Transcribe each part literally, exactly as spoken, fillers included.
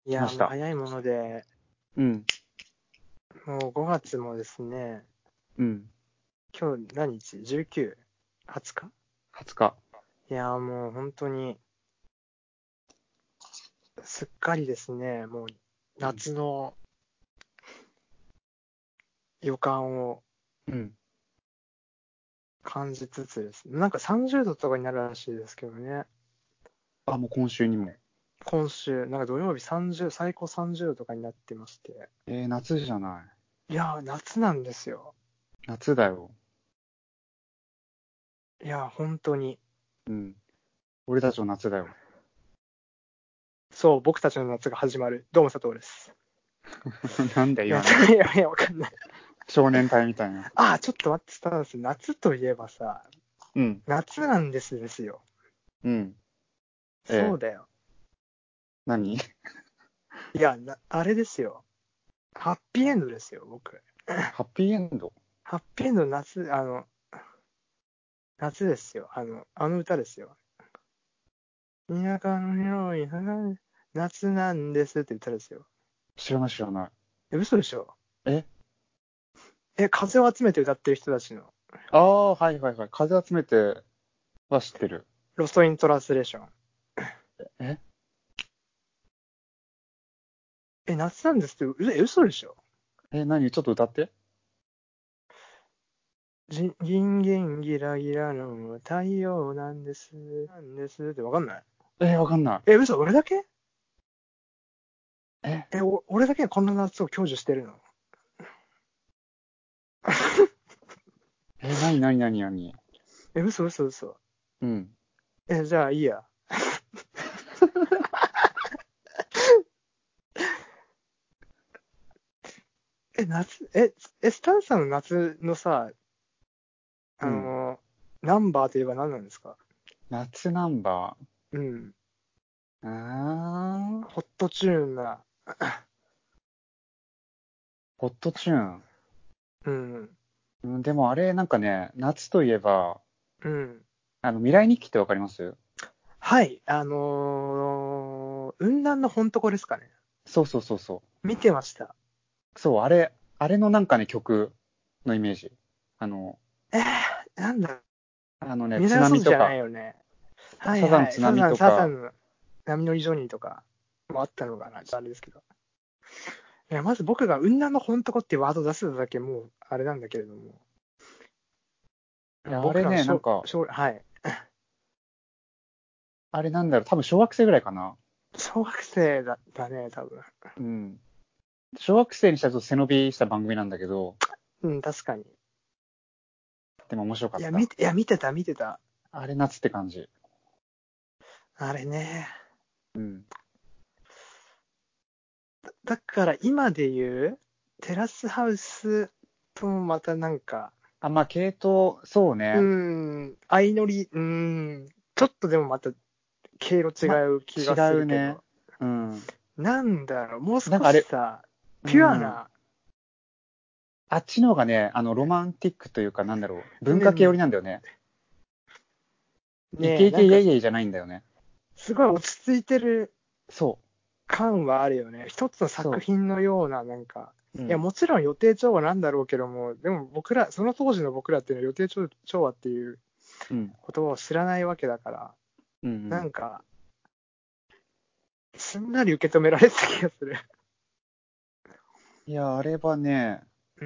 いや、もう来ました。 早いもので、 うん。 もうごがつもですね、 うん。 今日何日 ?じゅうく、はつか? はつか。 いや、もう本当に、すっかりですね、もう夏の予感をうん。 感じつつですね、なんかさんじゅうどとかになるらしいですけどね、 あ、もう今週にも。 今週、なんか土曜日さんじゅう、最高さんじゅうどとかになってまして、 えー、夏じゃない。 いや、夏なんですよ。 夏だよ。 いや、本当に。 うん。俺たちの夏だよ。 そう、僕たちの夏が始まる。どうも佐藤です。 なんだいや、 今の。 いやいや、わかんない。 少年隊みたいな。 あ、ちょっと待って、スタンス、夏といえばさ、 うん。 夏なんですですよ。 うん。えー、 そうだよ。 何いや、なあれですよ。ハッピーエンドですよ、僕。 ハッピーエンド。 ハッピーエンド夏、あの、夏ですよ。あの、あの歌ですよ。田舎の広い花夏なんですって歌ですよ。 知らない知らない。 え、嘘でしょ？ ええ、風を集めて歌ってる人たちの、 ああー、はいはいはい。風集めては知ってる。 ロストイントランスレーション。 ええ、夏なんですって、うえ、嘘でしょ？ え、何ちょっと歌って。 じギンギンギラギラの太陽なんです、なんですってわかんない？ えー、わかんなえ、嘘、俺だけ？ い。ええ、お俺だけこんな夏を享受してるの？ えー、何何何何え、嘘嘘嘘。 うん。 え、じゃあいいや。え、夏、え、え、スタンさんの夏のさ、あうん。 の、ナンバーといえば何なんですか？ 夏ナンバうん。 ー。あー。 ホットチューンな。 ホットチューン。 うん。 うん、でもあれ、なんかね、夏といえば、 うん。 あの、未来日記ってわかります？ はい。あのー、雲南のほんとこですかね。 そうそうそうそ見てました。 う。そう、あれ、あれのなんかね、曲のイメージ。あの、 えー、なんだ。 あのね、津未来予想図じゃない波とか、 よね。はいはい。 サザン津サザン、 波とか、 サザンの波乗りジョニーとかもあったのかな。ちょっとあれですけど。いや、まず僕が雲南のほんとこっていうワード出すだけもう、あれなんだけれども。 いや、あれね、なん僕らの小、 か、 小、はい。 あれなんだろう、多分小学生ぐらいかな。 小学生だったね、多分。 うん。小学生にしたらちょっと背伸びした番組なんだけど、 うん、確かに。 でも面白かいや、見った。 て、いや、見てた、見てた。 あれ夏って感じ。 あれね。 うん。 だから今で言う、テラスハウスともまたなんか、 あ、まあ、系統、そううーね。 ん、相乗り、うーん、ちょっとでもまた経路違まあ、 う気がす違うね。 るけど、 うん。 なんだろう、もう少なんかあれ、 しさ、 うピュアん。 な、 あっちの方がね、あの、ロマンティックというか、なんだろう、文化系寄ね、 りなんだよね。イねえ、 ケイなんか、 ケイエイエイじゃないんだよね。 すごい落ち着いてるそ感はあるよね。一つのう、そ作品のような、なんか、 う。ういや、 ん。 もちろん予定調和なんだろうけども、でも僕ら、その当時の僕らっていうのは予定調調和っていううん。 言葉を知らないわけだから、 うん。うん。 なんか、すんなり受け止められてた気がする。 いや、あれはね、 うん。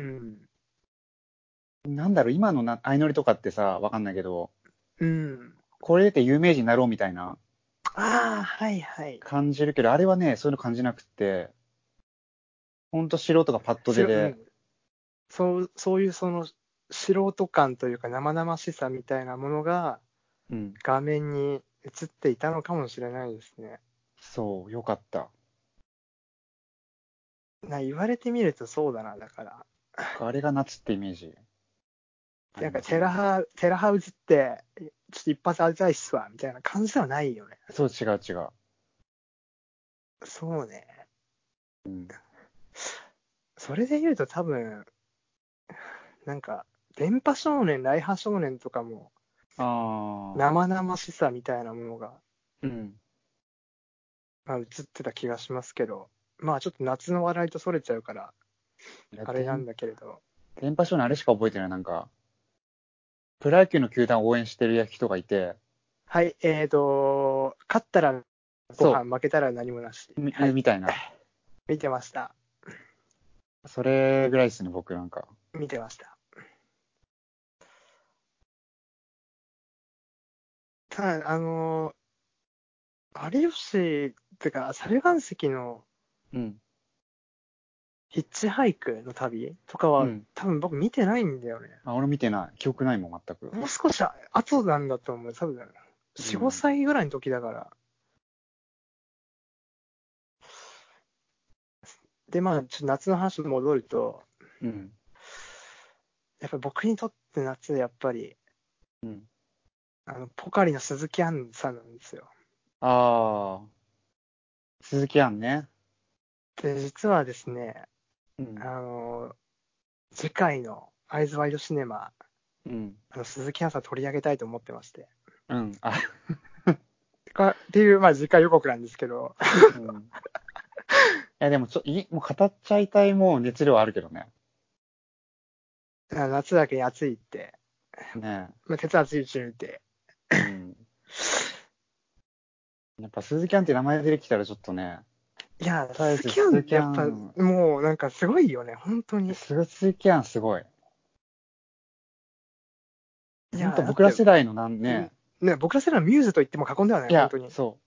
なんだろう、今のな相乗りとかってさ、わかんないけど、 うん。 これ出て有名人になろうみたいなああ、はいはい。 感じるけど、あれはね、そういうの感じなくって、ほんと素人がパッとしろ、う出で、 ん。そう、そういうその素人感というか生々しさみたいなものがうん。 画面に映っていたのかもしれないですね。 そう、よかった。 な、言われてみるとそうだな、だから。 あれが夏ってイメージあなんかりますね。 テラハ、テラハウスって、ちょっと一発当てたいっすわ、みたいな感じではないよね。 そう、違う違う。 そうね。 うん。 それで言うと多分、なんか、電波少年、来波少年とかも、 ああ、 生々しさみたいなものがうん。 まあ、映ってた気がしますけど、まあちょっと夏の話題とそれちゃうから、あれなんだけれど。 電波少年あれしか覚えてない。なんか、プロ野球の球団を応援してる人がいて、 はい、えーと、勝ったらごそ飯、負けたら何もなし。 う、み、 はい、 みたいな。 見てました。 それぐらいですね、僕なんか。 見てました。ただ、あのー、有吉、ってか、サル岩石のうん。 ヒッチハイクの旅とかは、 うん。 多分僕見てないんだよね。 あ、俺見てない。記憶ないもん、全く。 もう少し後なんだと思う。多分、よん、ごうん。 さいぐらいの時だから。で、まあ、ちょっと夏の話に戻ると、 うん。 やっぱ僕にとって夏、やっぱり、 うん。 あの、ポカリの鈴木杏さんなんですよ。 ああ、鈴木杏ね。 で、実はですね、あうん。 の、次回のアイズワイドシネマ、 うん。 あの鈴木杏さん取り上げたいと思ってまして。 うん。あ、 かっていう、まあ、次回予告なんですけど、 うん。いや、でも、ちょ、い、もう語っちゃいたいもう熱量あるけどね。 夏だけに暑いって、 ねまあ、鉄熱いうちに見て、 え。うん。やっぱ鈴木杏って名前出てきたらちょっとね、 いや、 とりあえ鈴木杏、 ず鈴木やっぱ、 杏、 もうなんかすごいよね、本当に。 鈴木杏すごい。 いや、 ほんとだって、 僕ら世代のなんんね、 ね、僕ら世代のミューズと言っても過言ではない、 いや、 本当に。 そう。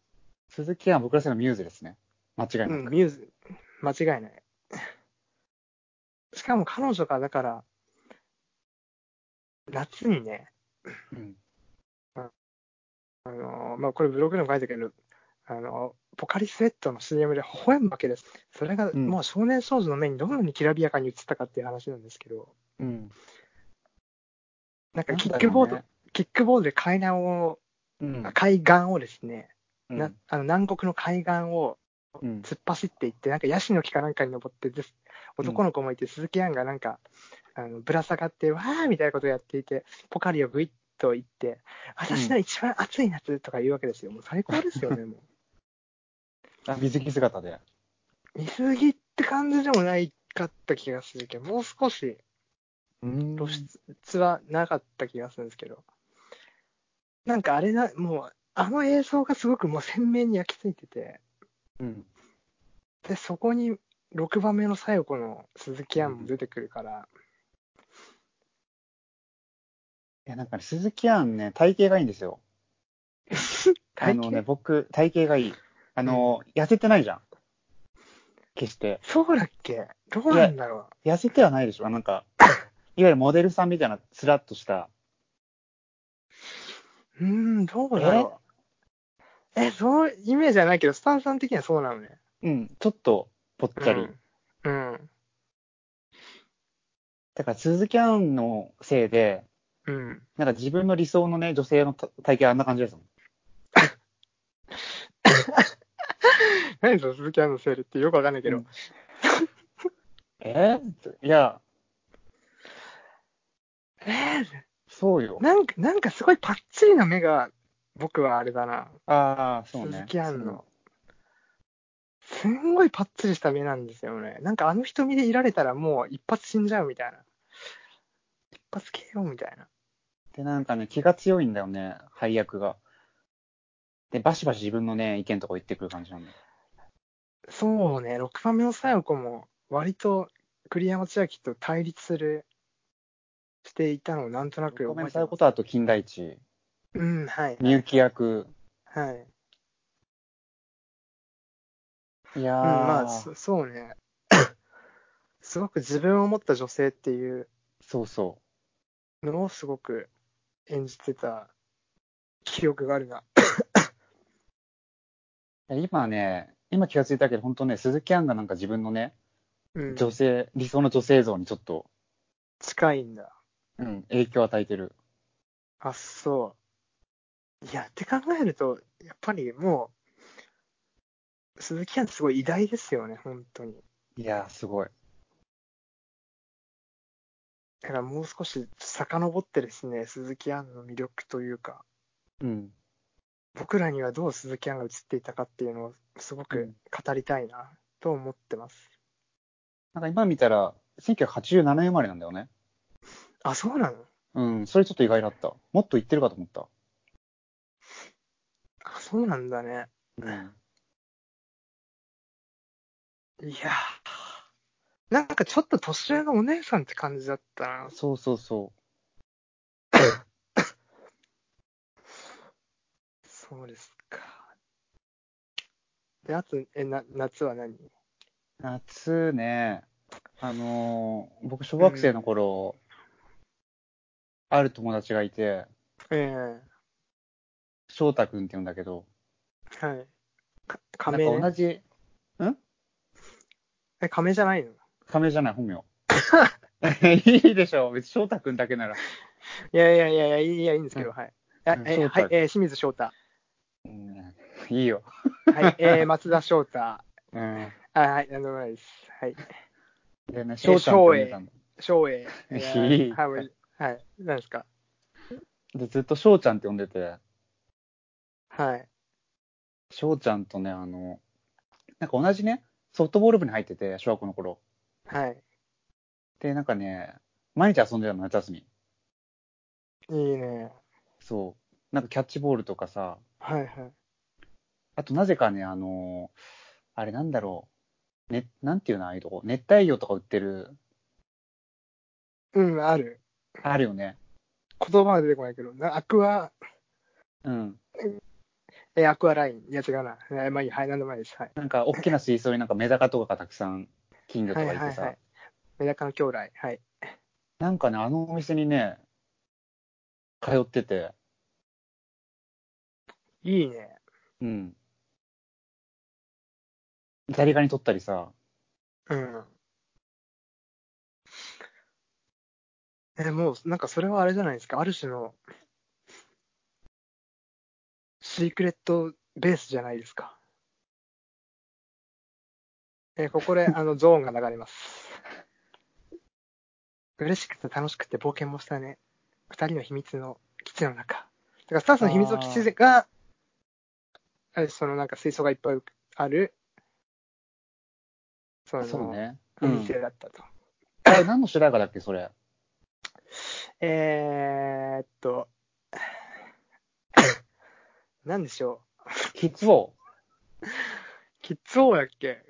鈴木杏は僕ら世代のミューズですね。間違いうん、 なく。 ミューズ、間違いない。しかも彼女が、だから、夏にね、 うん。 ああの、まあ、これブログでも書いたけど、あの、ポカリスエットの シーエム で微笑むわけです。それがうん。 もう少年少女の目にどのようにきらびやかに映ったかっていう話なんですけど、 うん。 なんかなんキックボード、 だろうね。 キックボードで海岸を、 うん。 海岸をですね、なうん。 あの南国の海岸をうん。 突っ走っていって、なんかヤシの木かなんかに登ってです、 うん。 男の子もいて、鈴木杏がなんか、あのぶら下がって、わーみたいなことをやっていて、ポカリをグイッと言って、私うん。 の一番暑い夏とか言うわけですよ。もう最高ですよね、もあ、水着姿で。 う。水着って感じでもないかった気がするけど、もう少しうー露ん。 出はなかった気がするんですけど、なんかあれな、もう、あの映像がすごくもう鮮明に焼き付いてて、 うん。 で、そこにろくばんめの最後の鈴木杏もうん。 出てくるから、 いや、なんかね、鈴木杏ね、体型がいいんですよ。あのね、 体型僕、体型がいい。あうん。 の、痩せてないじゃん。決して。 そうだっけどういや、 なんだろ痩せてはないでしょ。なんか、いわゆるモデルさんみたいな、スラッとした。 う。うーん、どうだえろう。え、そうイメージじゃないけど、スタンさん的にはそうなのね。 うん、ちょっと、ぽっちゃり。 うん。うん。 だから、鈴木杏のせいで、 うん。 なんか自分の理想のね、女性のた体型あんな感じですもん。 何その鈴木杏のセールってよくわかんないけど。 うん。えーいや、 えー、 そうよ。 なんか、なんかすごいパッチリな目が、僕はあれだな。 ああ、そう鈴ね。そう。 木杏の。すんごいパッチリした目なんですよね。なんかあの瞳でいられたらもう一発死んじゃうみたいな。一発 ケーオー みたいな。 で、なんかね、気が強いんだよね、配役が。で、バシバシ自分のね、意見とか言ってくる感じなんだよ。 そうね、ろくばんめの小夜子も割と栗山千明と対立する、していたのをなんとなくごめんなさい、 覚えてます。 ことあと、金田一、 うん、はいみゆきはいはい。 役。 はい。 いやうん、まあ、 ー、 そそうね。すごく自分を持った女性っていうそうそのをすごく演じてた記憶があるな。 う。今ね、今気がついたけど、本当ね、鈴木杏がなんか自分のね、 うん、 女性、理想の女性像にちょっと、 近いんだ。 うん、影響を与えてる。 あ、そう。いや、って考えると、やっぱりもう、鈴木杏ってすごい偉大ですよね、本当に。 いやー、すごい。 だからもう少し遡ってですね、鈴木杏の魅力というか、 うん。 僕らにはどう鈴木杏が映っていたかっていうのをすごく語りたいなと思ってます。 なんか今見たら、せんきゅうひゃくはちじゅうななねん生まれなんだよね。 あ、そうなの？ うん、それちょっと意外だった。もっと言ってるかと思った。 あ、そうなんだね。 うん。 いやー、なんかちょっと年上のお姉さんって感じだったな。 そうそうそそうですか。で、あと、え、な、夏は何？ う。夏ね、あのー僕小う学生のん。 頃、ある友達がいて、 ええ翔太くんって言うんだけど、 はい。か、 なんか亀ね。 同じ、んえ、亀じゃないの？ 亀じゃない、本名。いいでしょ。別に翔太くんだけなら。 いやいやいやいや、いいや、いいんですけど、 うん。 はい。あ、 うん、 え、はい、 翔太。 えー清水翔太。 うん、いいよ。 はい、えー、松田翔太。あ、 うん。 はい、なんでもないです。はい。 でね、 えー、 翔ちゃんって翔英。 呼んでたんだ。 翔英。いや、 いい。 はい、もうはい、なんですか。 で、ずっと翔ちゃんって呼んでて、 はい。 翔ちゃんとね、あの、なんか同じね、ソフトボール部に入ってて、小学校の頃。 はい。 で、なんかね、毎日遊んでたの、夏休み。 いいね。 そう。なんかキャッチボールとかさ、 はいはい。 あとなぜかね、あのあれなんだろう。ね、なんていうの、ああいうとこ。熱帯魚とか売ってる、 うん、ある。 あるよね。 言葉は出てこないけど、なアクア、 うん。 え、アクアライン。いや、違うな。え、まあいい。はい、なんでもないです。はい。 なんか、大きな水槽になんかメダカとかがたくさん、金魚はとかいてさ、 いはいはい。メダカの兄弟。はい。 なんかね、あのお店にね、通ってて、 いいね。 うん。ザリガニ取ったりさ、 うん。え、もう、なんかそれはあれじゃないですか。ある種のシークレットベースじゃないですか。え、ここで、あの、ゾーンが流れます。嬉しくて楽しくて冒険もしたね。二人の秘密の基地の中。だからスタースの秘密の基あ地が、あれそのなんか水槽がいっぱいある、そあ、そうの、 ね。うおん。 店だったと。 あれ、何の主題歌だっけ、それ。 えーっと、なんでしょキッズ王。 う。キッズ王やっけ？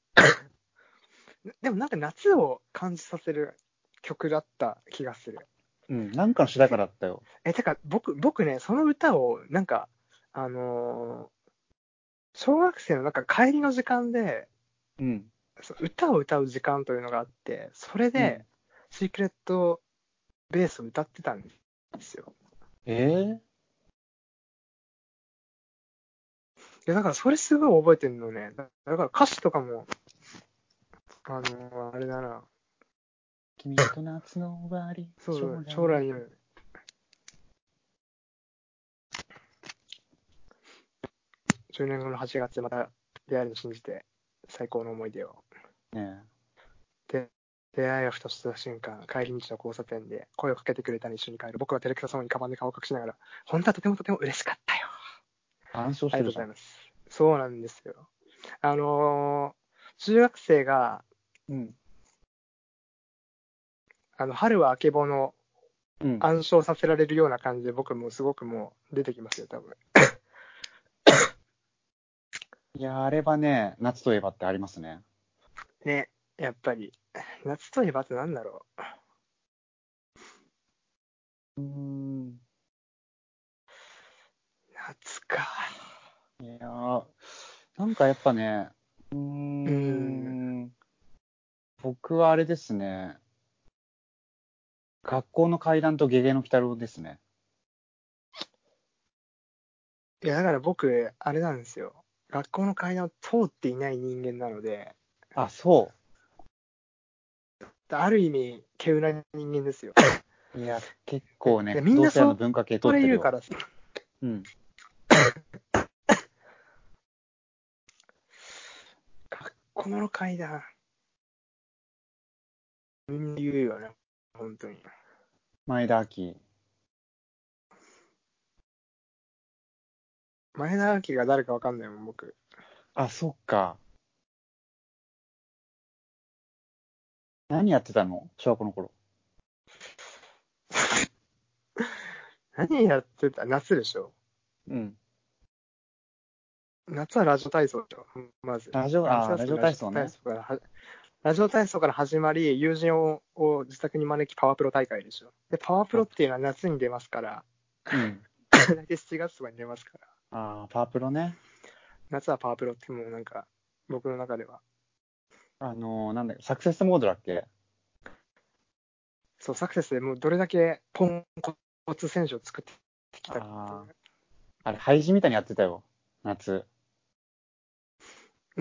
でもなんか夏を感じさせる曲だった気がする。 うん、なんかの主題歌だったよ。 え、てか、僕、僕ね、その歌を、なんか、あのー小学生のなんか帰りの時間で、 うん。 そう歌を歌う時間というのがあって、それで、 うん。 シークレットベースを歌ってたんですよ。 ええいや、だからそれすごい覚えてるのね。だだから歌詞とかも、あのーあれだな。 君と夏の終わり、 そう、 将来の。 将来のじゅうねんごのはちがつまた出会えるの信じて、最高の思い出を。 ねで、出会いがふとした瞬間、帰り道の交差点で声をかけてくれたら一緒に帰る。僕は照れくさそうにカバンで顔を隠しながら、本当はとてもとても嬉しかったよ。 え、暗唱しありてるじゃん。 がとうございます。そうなんですよ。あのー中学生が、 うん。 あの、春はあけぼのうん。 暗唱させられるような感じで、僕もすごくもう出てきますよ、多分。 いやー、あれはね、夏といえばってありますね。 ね、やっぱり。夏といえばってなんだろうーん。 う。夏か。 いやー、なんかやっぱね、うーうーん。 ん、僕はあれですね、学校の階段とゲゲの鬼太郎ですね。 いや、だから僕、あれなんですよ。学校の階段を通っていない人間なので、 あ、そある意味、稀有な人間ですよ。 う。いや、結で構ね、 でみんなそ同世代の文化系通ってるよ。 れ言うから、 うん。 学校の階段、みんな言うよね。本当に。 前田明。 前田明が誰かわかんないもん、僕。 あ、そっか。何やってたの小学校の頃。 何やってた？夏でしょ？ うん。 夏はラジオ体操でしょ、まず。 ラジオ、あー、 夏休みラジオ体操ね。 ラジオ体操からは、ラジオ体操から始まり、友人をを自宅に招きパワープロ大会でしょ。で、パワープロあ、 っていうのは夏に出ますから、 うん。 大体しちがつとかに出ますから、 あー、パワープロね。 夏はパワープロってもうなんか、僕の中では。 あのー、なんだっけ、サクセスモードだっけ？ そう、サクセスでもうどれだけポンコツ選手を作ってきたっていう。 あー、あれ、廃人みたいにやってたよ。夏。 うん、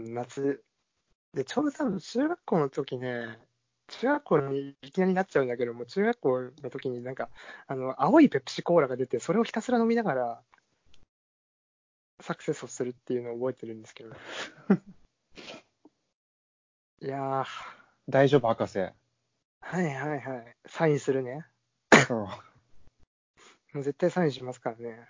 夏。で、ちょうど多分中学校の時ね、中学校にいきなりなっちゃうんだけども、中学校の時になんか、あの、青いペプシコーラが出て、それをひたすら飲みながらサクセスをするっていうのを覚えてるんですけど。いやー、 大丈夫、博士。 はいはいはい。サインするね。 そう。 もう絶対サインしますからね。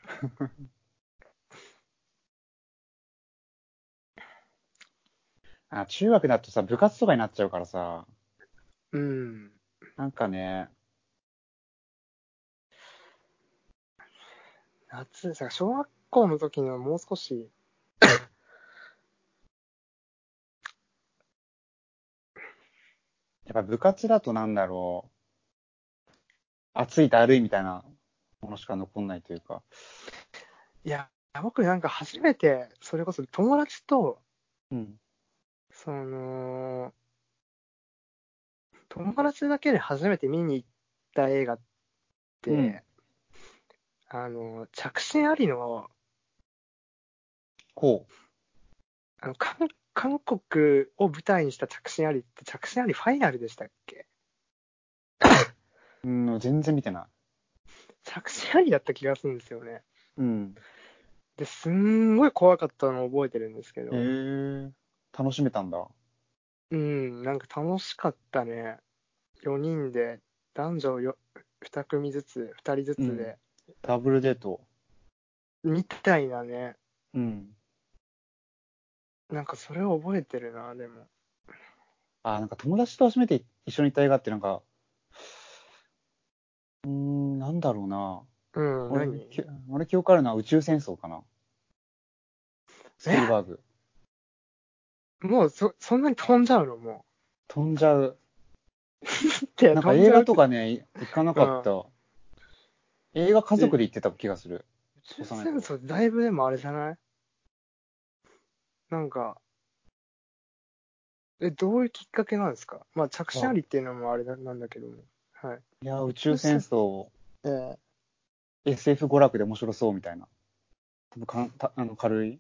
あ、中学だとさ、部活とかになっちゃうからさ、 うん。 なんかね、 夏、さ、小学校の時のもう少し、 やっぱ部活だとなんだろう、暑いだるいみたいなものしか残んないというか。 いや、僕なんか初めて、それこそ友達と、 うん。 その、友達だけで初めて見に行った映画っうん。 て、あの、着信ありの、 こあの、韓韓国を舞台にした着信ありって、着信ありファイナルでしたっけ？ う。うん、全然見てな着信ありだった気がするんですよね。 い。うん。 で、すんごい怖かったのを覚えてるんですけへど、 え、楽しめたんだ。 うん、なんか楽しかったね。よにんで、男女よに組ずつ、ふたりずうん。 つで、 ダブルデート。 みたいなね。 うん。 なんかそれを覚えてるな、でも。 あ、なんか友達と初めて一緒に行った映画ってなんか、うーん、なんだろうな。 うん、 俺、 何？ き俺記憶あるのは宇宙戦争かな。スピルえバーグ。 もうそ、そんなに飛んじゃうの？も飛んじゃう。 う。ってなんか飛んじゃうって。 映画とかね、行かなうん。 かった。映画家え、宇族で行ってた気がする。 宙幼い頃。 戦争ってだいぶでもあれじゃない？なんか、え、どういうきっかけなんですか？まあ、着信あわりっていうのもあれだなんだけども。はい。 いや、宇宇宙戦宙戦、 争、 えーエスエフ 娯楽で面白そうみたいな。多分かんたあの軽い。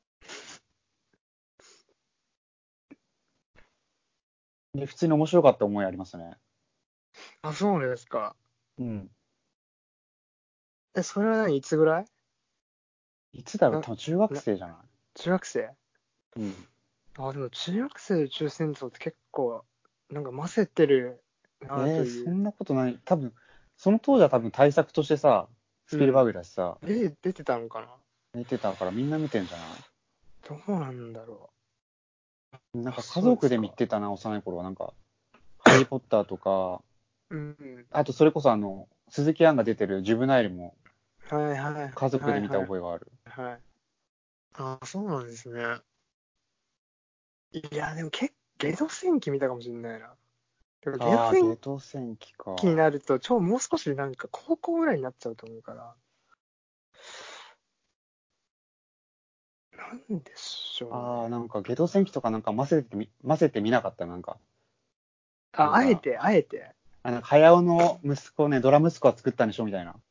で、普通に面白かった思いありますね。 あ、そうですか。 うん。 え、それは何いつぐらい？ いつだろう、 な、 多分中学な、 生じゃない？ 中学生？ うん。 あ、でも中学生で宇宙戦争って結構、なんか混ぜてるなえー、 という。 そんなことない。多分、その当時は多分対策としてさ、スピルバーうん。 グだしさ、 え、出てたのかな？ 見てたからみんな見てんじゃなどうなんだろい？なんう。あ、 か家族で見そうですか。 てたな、幼い頃は。なんか、ハリーポッターとか、 うん。 あとそれこそあの、鈴木杏が出てるジュブナイルもはいはい家族で見たはいはい覚えがある。 はい。あ、そうなんですね。いや、でも結構、ゲド戦記見たかもしれないな。でもゲドああ、ゲ戦ト戦記記になか。 ると、超もう少しなんか高校ぐらいになっちゃうと思うから、なんでしょうああ、 ね。 なんかゲト戦記とかなんか混ぜてみ、混ぜてみなかった、なんか。なあ、 んか、 あえて、あえて。 あの、早尾の息子ね、ドラ息子は作ったんでしょみたいな。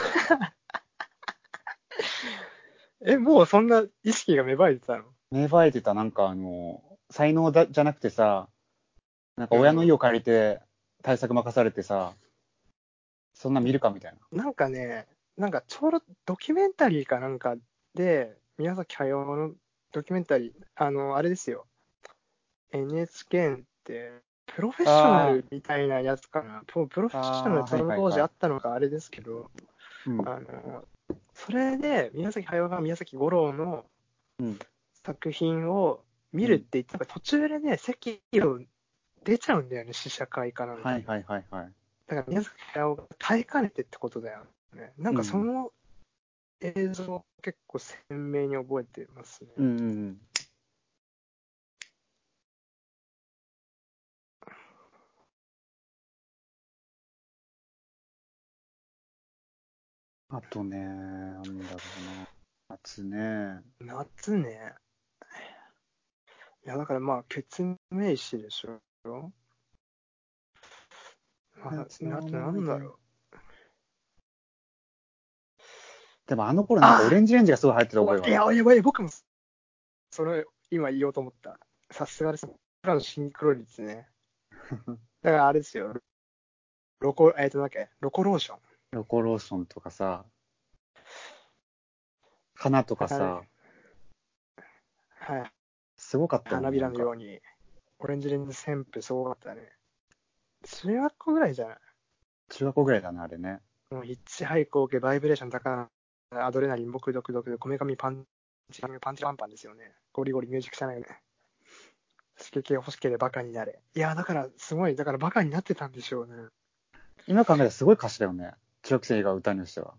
え、もうそんな意識が芽生えてたの？ 芽生えてた、なんかあの、才能だ、じゃなくてさ、なんかうん。 親の家を借りて対策任されてさ、そんな見るかみたいな。 なんかね、なんかちょうどドキュメンタリーかなんかで、宮崎駿のドキュメンタリー、あの、あれですよ。エヌエイチケー って、プロフェッショナあルみたいなやつかな。プロプロフあ、 ェッショナルああ、 その当時あはいはいはい。 ったのかあれですけど、 うん。 あの、 それで、宮崎駿が宮崎五郎のうん。 作品を見るって言って、なんか途中でね、席を出ちゃうんだよね、試写会かなんか。 はいはいはいはい。 だから宮崎駿が耐えかねてってことだよね。なんかその映像を結構鮮明に覚えてますね。 うんうんうん。あとね、なんだろうな。夏ね。 夏ね。いや、だからまあ、ケツメイシでしょ。まあ、 夏のあとな思い出。 んだろでもあの頃う。 なんかオあレンジレンジがすごい入ってた覚えがある。 いや、やばい、僕もそれ今言おうと思った。さすがです。僕らのシンクロ率ね。だからあれですよ。ロコ、えっと、なんだっけ、ロコローション。 ロコローションとかさ、花とかあれ、 さ、 はい。 すごかったよね、 花びらなんか。 のように、オレンジレンジ旋風すごかったね。中学校ぐらいじゃない？ 中学校ぐらいだな、あれね。 もうヒッチハイクオケ、バイブレーション高い、アドレナリン、僕、ドクドク、こめかみパンチ、パンチパンパンですよね。ゴリゴリミュージックじゃないよね。刺激が欲しければバカになれ。いや、だから、すごい、だからバカになってたんでしょうね。 今考えたらすごい歌詞だよね。中学生が歌うにしては。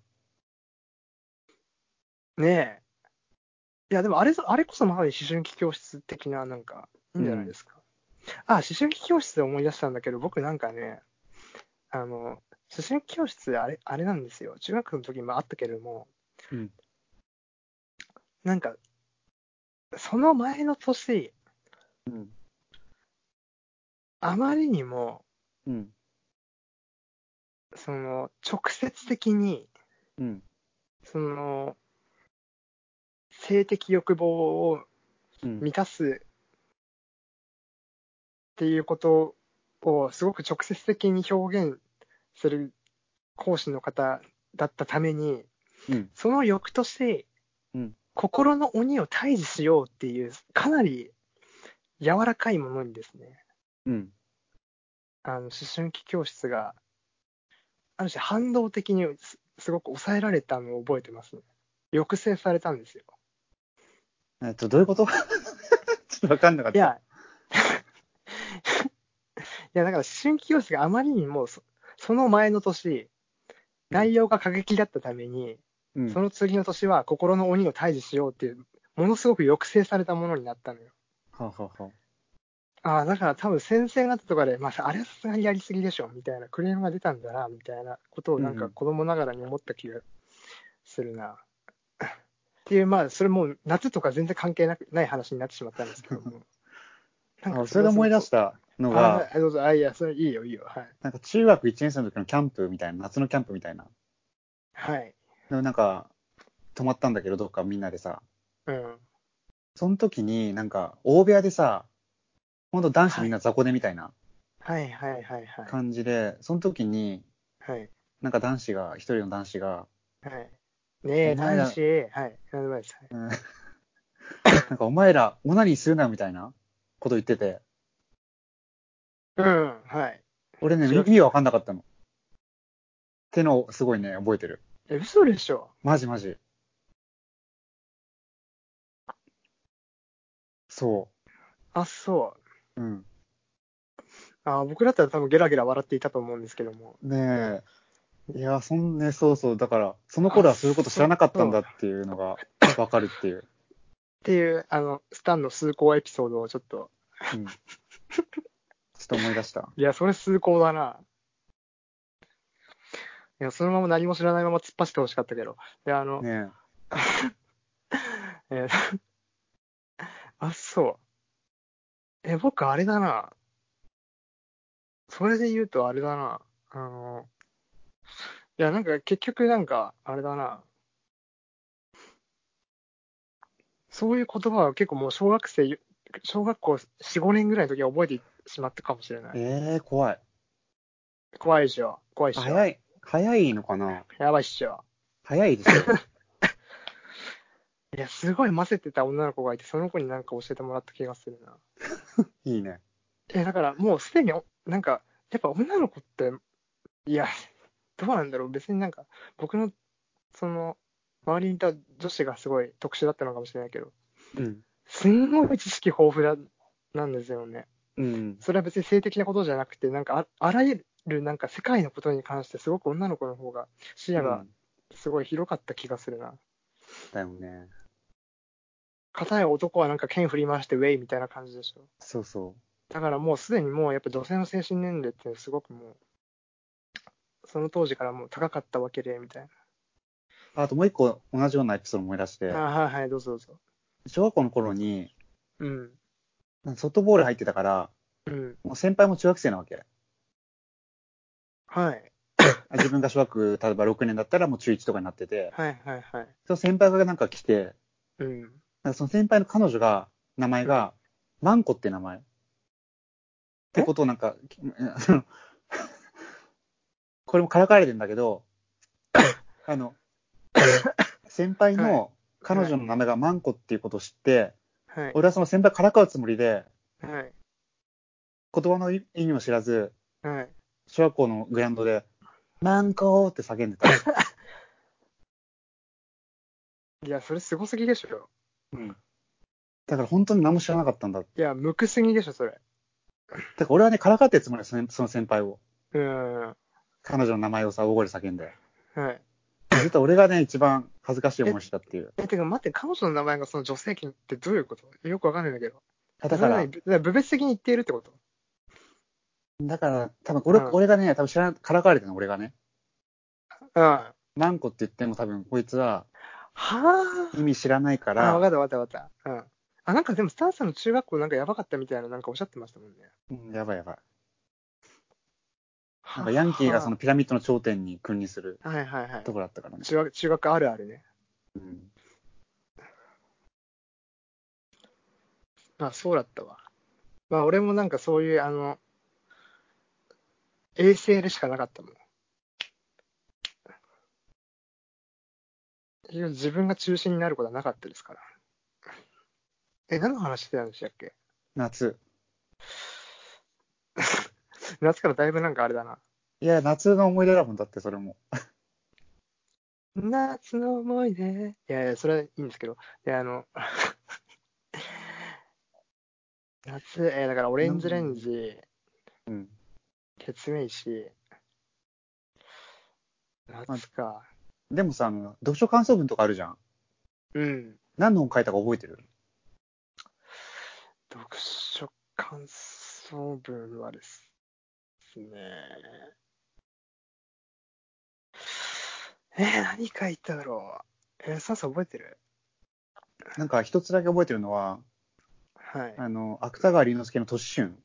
ねえ。いや、でもあれ、あれこそまさに思春期教室的な、なんか、いいんじゃないうん。 ですか。あ、思春期教室で思い出したんだけど、僕なんかね、あの、思春期教室、あれ、あれなんですよ。中学の時もあったけれども、 うん。 なんか、その前の年、 うん。 あまりにも、 うん。 その、直接的に、 うん。 その、性的欲望をうん。 満たすっていうことをすごく直接的に表現する講師の方だったために、 うん。 その翌年、 うん。 心の鬼を退治しようっていう、かなり柔らかいものにですね、 うん。 あの思春期教室が、ある種反動的にすすごく抑えられたのを覚えてますね。抑制されたんですよ。 えっと、どういうことちょっとわかんなかった。 いや、いや、だから思春期教室があまりにもそ、その前の年、 うん。 内容が過激だったために、 うん。 その次の年は心の鬼を退治しようっていう、ものすごく抑制されたものになったのよ。 はあ、はあはああ、だから多分先生方とかで、まあ、あれはさすがにやりすぎでしょ、みたいなクレームが出たんだな、みたいなことをあ、うなんかん。 子供ながらに思った気がするな。っていう、まあ、それもう夏とか全然関係なくない話になってしまったんですけども。なんかあ、 そそれで思い出れはすごく、 したのあ、はが、 い、どうぞ、あ、いや、それいいよ、いいよ、はい。 なんか中学いちねん生の時のキャンプみたいな、夏のキャンプみたいな。 はい。 でもなんか、泊まったんだけど、どっかみんなでさ。 うん。 その時に、なんか、大部屋でさ、ほんと男子はい。 みんな雑魚寝みたいなはいはいはいはい。 感じで、その時に、 はい。 なんか男子が、一人の男子が、 はい。ねえ、 お前ら、 男子、はい。なんでもないです。 うん、なんかお前ら、オナニーするなみたいなこと言ってて、 うん、はい。 俺ね、意中学生。 味わかんなかったの。ってのをすごいね、覚えてる。 え、嘘でしょ？ マジマジ。そあ、そう。うん。 う。あ、僕だったら多分ゲラゲラ笑っていたと思うんですけども。 ねえ、いや、そんね、そうそう。だから、そのあ、 頃はそういうこと知らなかったんそう。っだっていうのがわかるっていう。 ていう、あの、スタンの崇高エピソードをちょっと。 うん。ちょっと思い出した。 いや、それ崇高だな。いや、そのまま何も知らないまま突っ走ってほしかったけど。で、あの、 ねえーあ、そう。え、僕あれだな。それで言うとあれだな。あの、いや、なんか結局なんか、あれだな。そういう言葉は結構もう小学生、小学校よん、ごねんぐらいの時は覚えてしまったかもしれなえ。 い。 えー、怖い。 怖いっしょ。怖いっしょ。 早い、早いのかな？ やばいっしょ。 早いでしょ。 いや、すごい混ぜてた女の子がいて、その子になんか教えてもらった気がするな。 いいね。 え、だからもうすでに、なんか、やっぱ女の子って、いや、どうなんだろう。別になんか、僕の、その、 周りにいた女子がすごい特殊だったのかもしれないけど、 うん。 すんごい知識豊富だなんですよね。 うん。 それは別に性的なことじゃなくて、なんか あ, あらゆるなんか世界のことに関してすごく女の子の方が視野がうん。 すごい広かった気がするな。 だよね。 片や男はなんか剣振り回してウェイみたいな感じでしょ。 そうそだからもうすでにもうやっぱ女性の精神年齢ってすごくもう、その当時からもう高かったわけで、みたいな。 う。あともう一個同じようなエピソード思い出しあ、 て、 はいはい、どうぞどうぞ。 小学校の頃に、 うん。 ソフトボール入ってたから、 うん。 もう先輩も中学生なわけ。 はい。 自分が小学、例えばろくねんだったらもう中いちとかになってて、 はいはいはい。 その先輩がなんか来て、 うん。 なんかその先輩の彼女が、名前うん。 が、マンコって名前。ってえことをなんか、これもからかわれてんだけど、あの、先輩はい。 の彼はい。 女の名前がマンコっていうことを知って、 はい。 俺はその先輩からかうつもりで、 はい。 言葉の意味も知らず、 はい。 小学校のグラウンドで、マンコーって叫んでた。 いや、それすごすぎでしょ。 うん。だから本当に何も知らなかったんだ。だかいや、むくすぎでしょ、それ。 ら俺はね、からかってるつもりだ、そのその先輩を。 うん。 彼女の名前をさ、大声で叫んで。 はい。 実は俺がね、一番恥ずかしい思え、 いしたっていう。 え、てか待って、彼女の名前がその女性器ってどういうことよくわかんないんだけど。それは何だから、 ぶ部別的に言っているってこと？ だから、多分俺、 うん。 俺がね、多分知らん、からかわれてるの、俺がね。 うん。 マンコって言っても多分こいつはは意味知らないかあ。あ、わから、 ったわかったわかった。うん。あ、なんかでもスタンさんの中学校なんかやばかったみたいななんかおっしゃってましたもんね。 うん、やばいやばい。なんはかヤンキーがそのは。 ピラミッドの頂点に君臨するはいはいはい。 ところだったからね。 中学、中学あるあるね。 うん。 まあそうだったわ。まあ俺もなんかそういうあの、衛星でしかなかったもん。自分が中心になることはなかったですから。え、何の話してたんでしたっけ？ 夏。 夏からだいぶなんかあれだな。 いや、夏の思い出だもんだって、それも。 夏の思い出。いやいや、それはいいんですけど。いや、あの、夏、えーだからオレなンジレンんジ、 うん。 ケツメイシ、 まあ、 夏か。 でもさ、あの、読書感想文とかあるじゃん。 うん。 何の本書いたか覚えてる？ 読書感想文はですね。えー、何書いただろう。えー、サンさん覚えてる？ なんか一つだけ覚えてるのは、 はい。 あの、芥川龍之介の都市春。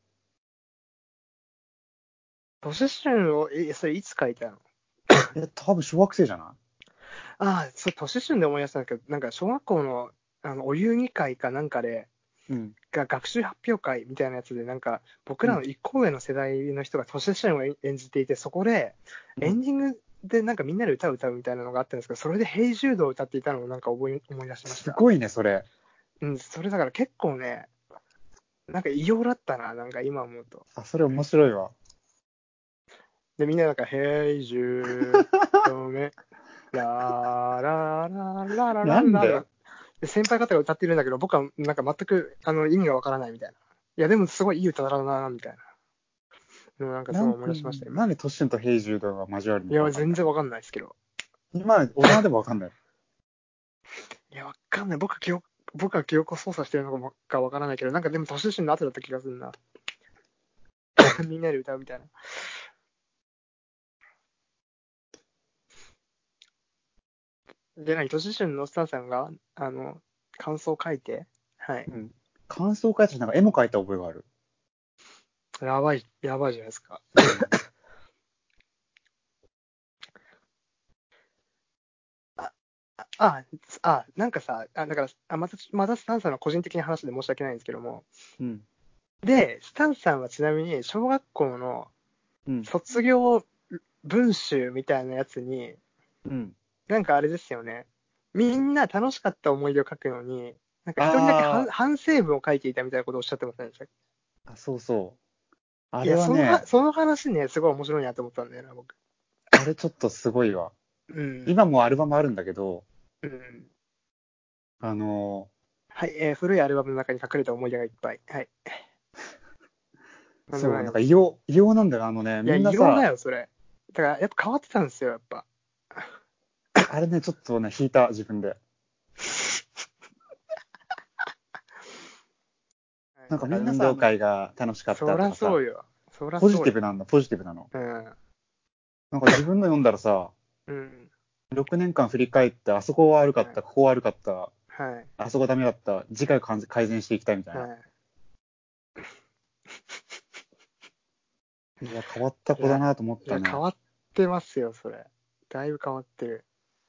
都市春を、え、それいつ書いたの？ え、多分小学生じゃなああ、そう、都市春で思い出したんだけど、なんか小学校の、あの、お遊戯会かなんかで、 い？うん。 が学習発表会みたいなやつで、なんか、僕らのうん。 一個上の世代の人が都市春を演じていて、そこで、エうん。 ンディングでなんかみんなで歌を歌うみたいなのがあったんですけど、それでヘイジュードを歌っていたのをなんか覚え、思い出しました。 すごいね、それ。 うん、それだから結構ね、なんか異様だったな、なんか今思うと。 あ、それ面白いわ。 で、みんななんか、ヘイジュードめ、ラーラーラーラーラーラなんで？ ーラーで先輩方が歌ってるんだけど、僕はなんか全くあの意味がわからないみたいな。いや、でもすごいいい歌だな、みたいな。なんかすなんごい思い出しました、今。 なんで都市春と平重度が交わるのいや、 かわかんない。 全然わかんないですけど。 今、大人でもわかんない。 いや、わかんない。僕は記憶、僕は記憶を操作してるのかわからないけど、なんかでも年春の後だった気がするな。みんなで歌うみたいな。で、何、年春のスタンさんが、あの、感想を書いて、はい。 うん。感想書いたし、なんか絵も描いた覚えがある。 やばい、やばいじゃないですか。 うん。 あ、あ、あ、なんかさ、あ、だから、あ、また、またスタンさんの個人的な話で申し訳ないんですけども、 うん。 で、スタンさんはちなみに、小学校のうん。 卒業文集みたいなやつに、 うん。 なんかあれですよね。みんな楽しかった思い出を書くのに、なんか一人だけ反あ反省文を書いていたみたいなことをおっしゃってませんでした？ ーあ、そうそう。あれいや、そのは、 はね、 その話ね、すごい面白いなと思ったんだよな、僕。 あれちょっとすごいわ。 うん。 今もアルバムあるんだけど、 うん。 あのはい、えー古いアルバムの中に隠れた思い出がいっぱい。はい。 ー、 なんでもそう、なんかないです。 異様、異様なんだよ。あのね、 いや、 みんなさ、 異様だよ、それ。だから、やっぱ変わってたんですよ、やっぱ。 あれね、ちょっとね、引いた、自分で。なんかだからみんなさ、運動運動会。 会が楽しかっそらたとかさ、 そうよ。そらポジそうよ。 ティブなんだ、ポジティブなの。 うん。 なんか自分の読んだらさ、 うん。 ろくねんかん振り返って、あそこは悪かはい。 った、ここは悪かった、 はい。 あそこダメだった、次回改改善していきたいみたいな。 はい。 いや、変わったいや、 子だなと思っいや、変たね。 わってますよ、それ。だいぶ変わってる。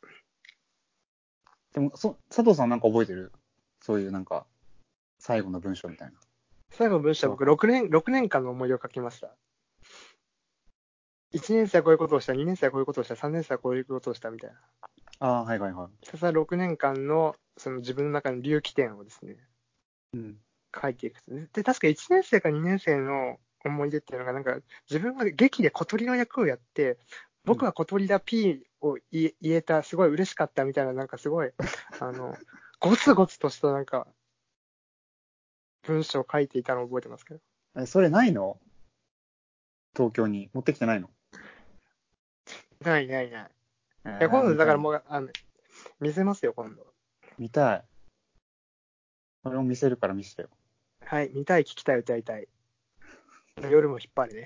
でも、そ、佐藤さんなんか覚えてる？そういうなんか、最後の文章みたいな。 最後の文章は僕小学校。 ろくねん、ろくねんかんの思い出を書きました。いちねん生はこういうことをした、にねん生はこういうことをした、さんねん生はこういうことをしたみたいな。 ああ、はいはいはい。 ひたすらろくねんかんのその自分の中の隆起点をですね、 うん。 書いていく。で、確かいちねん生かにねん生の思い出っていうのが、なんか自分が劇で小鳥の役をやって、 うん。 僕は小鳥だ P を言えた、すごい嬉しかったみたいな、なんかすごい、あの、ゴツゴツとしたなんか文章を書いていたのを覚えてますけど。 え、それないの？東京に。持ってきてないの？ ないないない。いえや、今ー、 度見たいな。 だからもう、あの、見せますよ、今度。 見たい。それを見せるから見せてよ。 はい、見たい、聞きたい、歌いたい。夜も引っ張るね。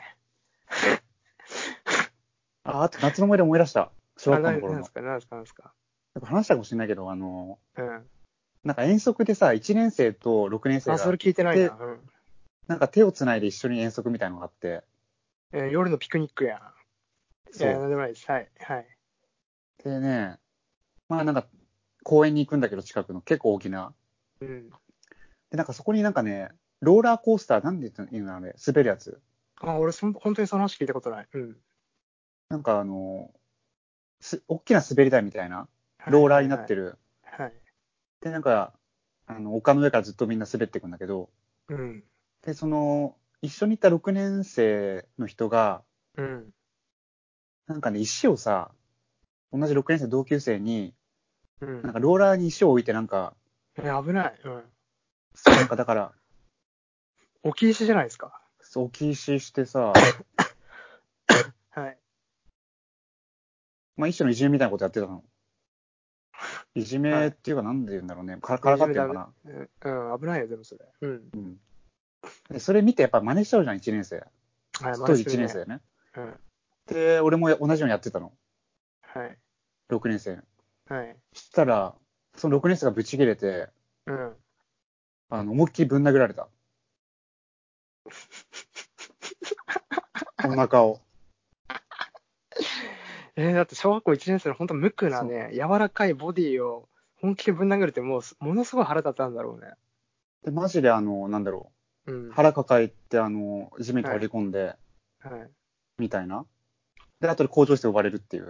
あ、あと夏の思い出思い出した。小あ、 学校な、 の頃の。 なんですか、なんですか、なんですか。 やっぱ話したかもしれないけど、あの、 うん。 なんか遠足でさ、いちねん生とろくねん生あ、それが聞いてないな。 手、 うん。 なんか手をつないで一緒に遠足みたいなのがあって、 えー夜のピクニックや。いや、 そなんでもないです。はい、はい。 う。でね、まあなんか公園に行くんだけど近くの結構大きな。 うん。 で、なんかそこになんかね、ローラーコースター、なんで言うのあれ、滑るやつ。 あ、俺そん、本当にその話聞いたことない。うん。 なんかあの、す、大きな滑り台みたいな、 はい、 ローラーはい、はい。 になってる。 はい。 で、なんか、あの、丘の上からずっとみんな滑っていくんだけど、 うん。 で、その、一緒に行ったろくねん生の人が、 うん。 なんかね、石をさ、同じろくねん生の同級生に、 うん。 なんかローラーに石を置いて、なんか、 え、危ない。うん。 そう、なんかだから、 置き石じゃないですか。 そう、置き石してさ、 はい。 まあ一種のいじめみたいなことやってたの。いじめはい。 っていうか、なんで言うんだろうね。から、 いや、 からいじめダメ。 かっていうのかな。 うん、うん、危ないよ、でもそれ。うん。 うん。で、それ見てやっぱ真似しちゃうじゃん、いちねん生。 はい、真当時1 似するね。 年生ね。 うん。 で、俺も同じようにやってたの。 はい。 ろくねん生。 はい。 したら、そのろくねん生がブチ切れて、 うん。 あの、思いっきりぶん殴られた。お腹を。 えー、だって小学校いちねん生の本当無垢なそう。 ね、柔らかいボディを本気でぶん殴るってもう、ものすごい腹立ったんだろうね。 で、マジであの、なんだろう。 うん。 腹抱えて、あの、地面に倒れはい。 込んで、 はい。 みたいな。で、後で校長室呼ばれるっていう。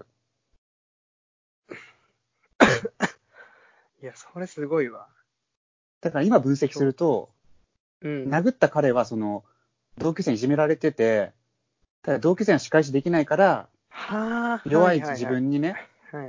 いや、それすごいわ。 だから今分析する今と、 日、うん。 殴った彼はその、同級生にいじめられてて、ただ同級生は仕返しできないから、 はあ、は弱い自いはいはい。 分にね、 はい。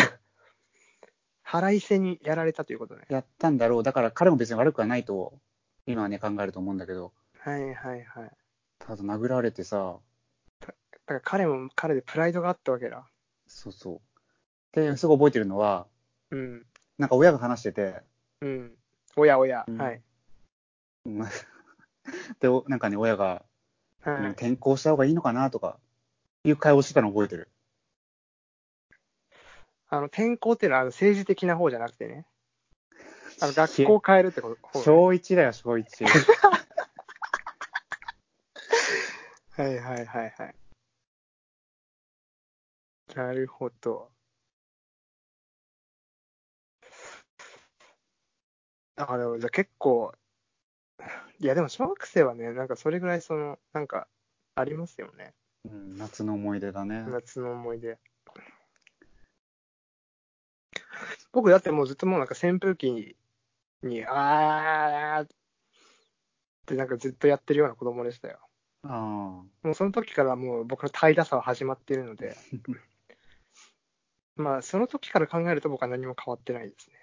腹いせにやられたということね。 やったんだろう。だから彼も別に悪くはないと、今はね、考えると思うんだけど、 はいはいはい。 ただ殴られてさ、 だから彼も彼でプライドがあったわけだ。 そうそう。で、すごい覚えてるのは、 うん。 なんか親が話してて、 うん。おやおや。 うん、 はい。 で、おなんかね、親が、ね、 はい。 転校した方がいいのかなとか、いう会話をしてたの覚えてる。 あの、転校っていうのはあの政治的な方じゃなくてね。あの、学いえ、 校を変えるってこと方ね。 小一だよ、小一。 はいはいはいはい。なるほど。あ、でもじゃあ結構、いやでも小学生はね、なんかそれぐらいその、なんか、ありますよね。 うん、夏の思い出だね。 夏の思い出。僕だってもうずっともうなんか扇風機に、あーってなんかずっとやってるような子供でしたよ。 ああ。 もうその時からもう僕の怠惰さは始まっているので、 まあ、その時から考えると僕は何も変わってないですね。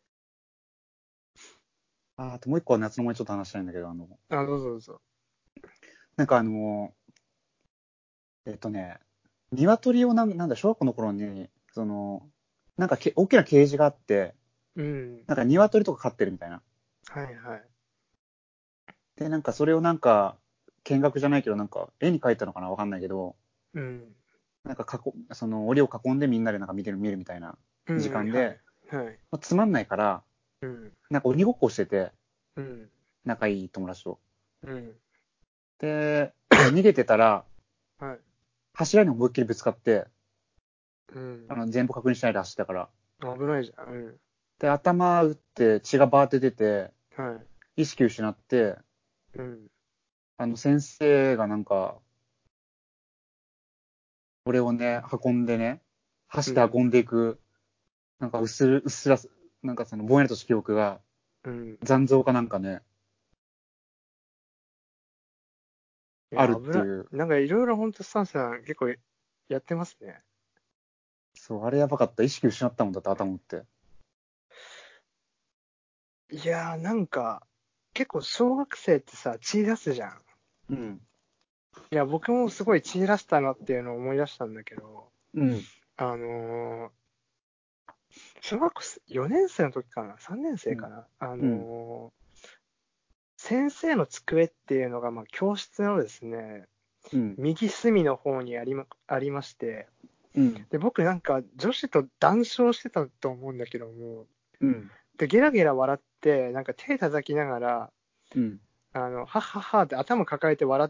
ああともう一個は夏の思いちょっと話したいんだけど、あの、 あ、どうぞどうぞ。 なんかあの、えっとね、鶏をなん、なんだ、小学校の頃に、その、なんかけ大きなケージがあって、 うん。 なんか鶏とか飼ってるみたいな。 はいはい。 で、なんかそれをなんか、見学じゃないけど、なんか絵に描いたのかなわかんないけど、 うん。 なんか囲、その檻を囲んでみんなでなんか見てる、見るみたいなうん、は時間で、 い。はい。 まあ、つまんないから、 うん。 なんか鬼ごっこしてて、 うん。 仲いい友達と。 うん。 で、逃げてたら、 はい。 柱に思いっきりぶつかって、 うん。 あの、全部確認しないで走ったから。 危ないじゃん。うん。 で、頭打って血がバーって出て、 はい。 意識失って、 うん。 あの、先生がなんか、俺をね、運んでね、走ってうん。 運んでいく、なんかうっすら、うっすら、なんかそのぼんやりとした記憶が、 うん。 残像かなんかね、 いや、 あるっ危ない。 ていう。 なんかいろいろ本当スタンさん結構やってますね。 そう、あれやばかった。意識失ったもんだって頭打って。 いやー、なんか、結構小学生ってさ、血出すじゃん。 うん。 いや、僕もすごい血出したなっていうのを思い出したんだけど、 うん。 あのー、小学校よねん生の時かな ?さん 年うん。 生かなあうん。 のー、先生の机っていうのが、まあ、教室のですね、 うん。 右隅の方にありま、ありまして、 うん。 で、僕なんか女子と談笑してたと思うんだけども、 うん。 で、ゲラゲラ笑って、なんか手叩きながら、 うん。 あの、はっはっはって頭抱えて笑って、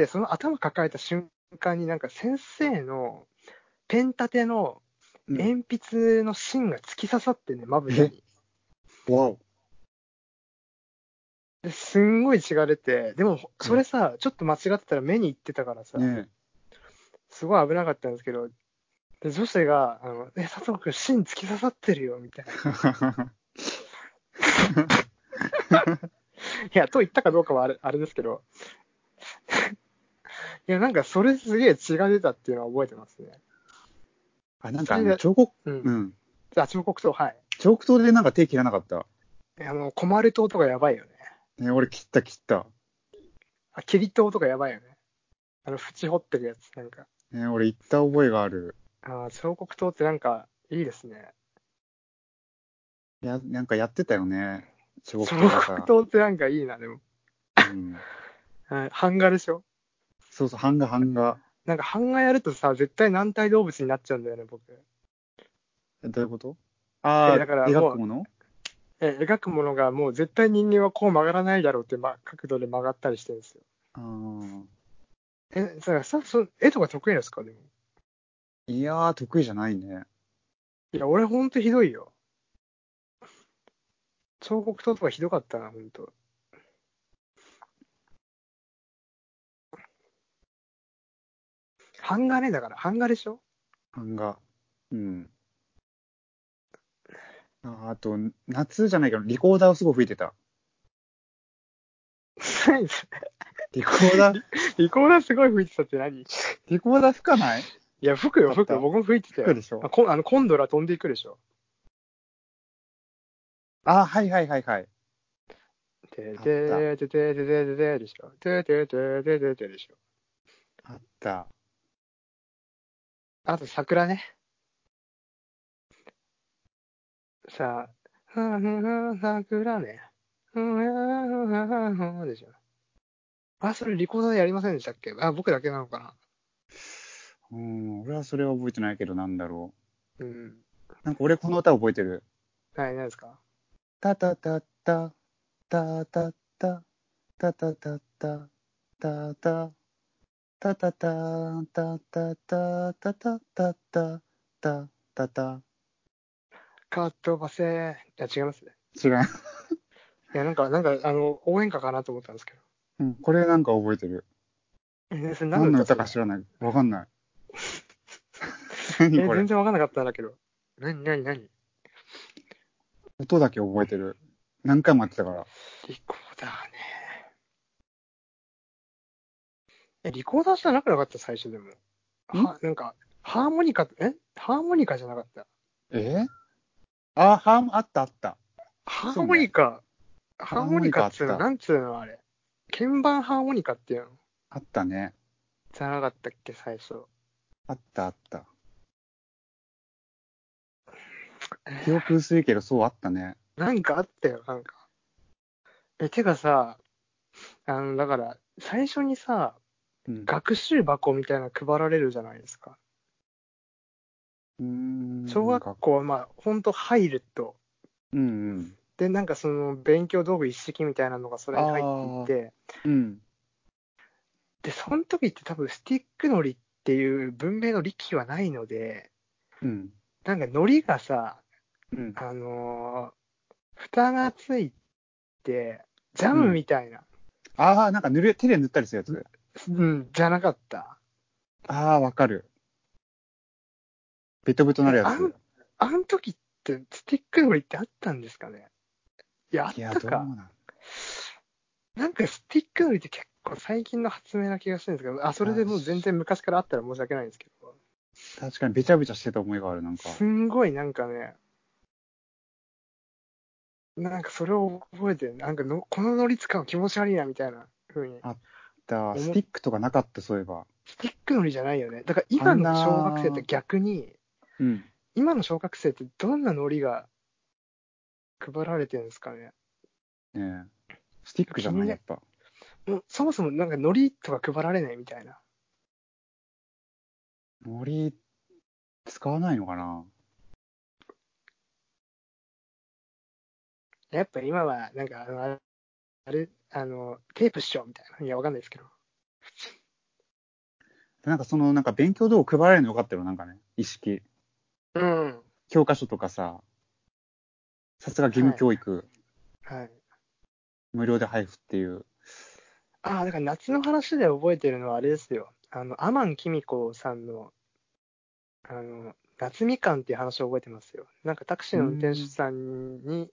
その頭抱えた瞬間になんか先生のペン立てのうん。 鉛筆の芯が突き刺さってね、まぶたえ、 に。 わお。 で、すんごい血が出て、でも、そえ、 れさ、ちょっと間違ってたら目に行ってたからさ、 ねすごい危なかったんですけど、で、女子が、あの、え、佐藤君、芯突き刺さってるよ、みたいな。いや、と言ったかどうかはあれあれですけど、いや、なんか、それすげえ血が出たっていうのは覚えてますね。 あ、なんかあの、 それで、 彫刻、 うん。 うん。 あ、彫刻刀、はい。 彫刻刀でなんか手切らなかった。 あの、コマル刀とかやばいよね。 ね、俺切った切った。 あ、切り刀とかやばいよね。あの、縁掘ってるやつ、なんか。 ね、俺行った覚えがある。 あー、彫刻刀ってなんか、いいですね。 いや、なんかやってたよね。彫刻彫刀でさ。 刻刀ってなんかいいな、でも。 うん。 はい、版画でしょ。 そうそう、版画、版画。 なんか版画やるとさ、絶対軟体動物になっちゃうんだよね、僕。 え、どういうこと？あえ、 あだからー、描もう、 くもの？ え、描くものがもう絶対人間はこう曲がらないだろうって、ま、角度で曲がったりしてるんですよ。 ああえ、さ、さ、そ、絵とか得意なんですか、でも。 ー。いやー、得意じゃないね。 いや、俺ほんとひどいよ。彫刻刀とかひどかったな、ほんと。版画ね、だから、版画でしょ。 版画。うん。あ、あと、夏じゃないけど、リコーダーをすごい吹いてた。 何それ。 リコーダー、 リ、リコーダーすごい吹いてたって何？いリコーダー吹かない？ や、吹くよ、吹くよ。 あった。 僕も吹いてたよ。 吹くでしょ？ あ、こ、あの、コンドラ飛んでいくでしょ。 あ、はいはいはいはい。 てあった。 てててててててでしょ。ててててててでしょ。 あった。 あと、桜ね。さあ、ふんふんふん桜ね。ふんふんふんふんふんふんでしょ。あ、それリコーダーでやりませんでしたっけ？あ、僕だけなのかな。 うん、俺はそれは覚えてないけど、なんだろうん。 う。なんか俺この歌覚えてる。 はい、何ですか？ タタタタ、タタタ、タタタタ、タタ、タタタ、タタタ、タタタタ、タタタ。 かっ飛ばせ。いや、違いますね。 違う。 いや、なんか、なんか、あの、応援歌かなと思ったんですけど。 うん、これなんか覚えてる。 え、それ何の何の歌それ？ 歌か知らない。わかんない。何え、 これ。 全然わかんなかったんだけど。何、何、何？ 音だけ覚えてる。何回もやってたから。 リコーダーね。え、リコーダーじゃなくなかった最初でも。 んは、なんか、 ハーモニカ、えハーモニカじゃなかった。 えあ、ハーモ、あったあった。 ハーモそうね。 ニカ、ハーモハーモニニカっつうの、 カあった。 なんつうのあれ。鍵盤ハーモニカっていうのあったね。 じゃなかったっけ、最初。 あったあった。記え憶薄いけど、そうあったね。 なんかあったよ、なんか。え、てかさ、あの、だから、最初にさ、 うん。 学習箱みたいなの配られるじゃないですか。 うーん、 小学が、 校はまあ、ほんと入ると。 うんうん。 で、なんかその勉強道具一式みたいなのがそれに入っていああ、 て、 うん、 で、その時って多分スティックのりっていう文明の力はないので、 うん、 なんかのりがさ、 うん、 あのー蓋がついて、ジャムうん。 みたいな、 ああ、なんか塗る、手で塗ったりするやつ。 うん、じゃなかった。 ああ、わかる。ベトベトなるやつ。 えあん、あん時ってスティックのりってあったんですかね。いや、あっいや、 たか。 どうなんなんかスティックのりって結構最近の発明な気がするんですけど、あ、それでたもう全然昔からあったら申し訳ないんですけど、 確かにべちゃべちゃしてた思いがある、なんか。 すんごいなんかね、なんかそれを覚えてる、なんかのこのノリ使うの気持ち悪いなみたいな風にあった。ス思っ、 ティックとかなかった、そういえば。 スティックのりじゃないよね。だから今あんの小学生ってな、 逆に、 うん。 今の小学生ってどんなノリが配られてるんですかね。 ねえ。スティックじゃない、やっ気にね、 ぱ。 もうそもそもなんかノリとか配られないみたいな。 ノリ、使わないのかな。 やっぱ今はなんかあの、あれ、あの、テープっしょみたいな。いや、わかんないですけど。 なんかその、なんか勉強道具配られるのよかったよ、なんかね。意識。 うん。 教科書とかさ、さすが義務はい。 教育、 はい。 無料で配布っていう。 ああ、だから夏の話で覚えてるのはあれですよ。あの、アマンキミコさんの、あの、夏みかんっていう話を覚えてますよ。なんかタクシーうーの運転手ん。 さんに、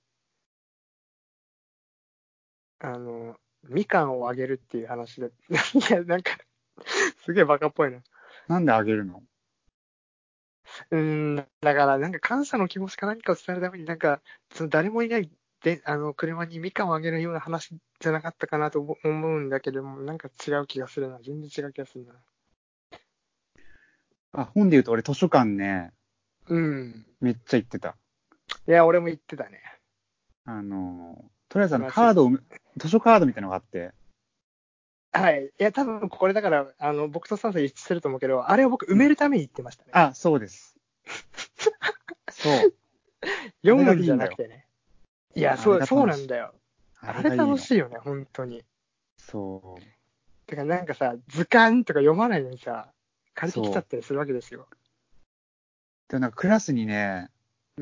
あの、みかんをあげるっていう話で。いや、なんか、すげえバカっぽいな。 なんであげるの？ うーん、だからなんか感謝の気持ちか何かを伝えるためになんか、その誰もいないで、あの、車にみかんをあげるような話じゃなかったかなと思思うんだけども、なんか違う気がするな。全然違う気がするな。 あ、本で言うと俺図書館ね、 うん。 めっちゃ行ってた。 いや、俺も言ってたね。 あの、とりあえずあのまあ、しカードを、図書カードみたいなのがあって、 はい。いや、多分これだから、あの、僕とサンさん一致すると思うけど、あれを僕埋うん。 めるために言ってましたね。 あ、そうです。そう。あれ読むんじゃがいいんだよ。 なくてね。いや、 あれそう、そうが楽しい。 なんだよ。 ああれれがいいの。 楽しいよね、本当に。 そう。 てか、なんかさ、図鑑とか読まないのにさ、借りてきちゃそう。 ったりするわけですよ。 で、なんかクラスにね、 うん。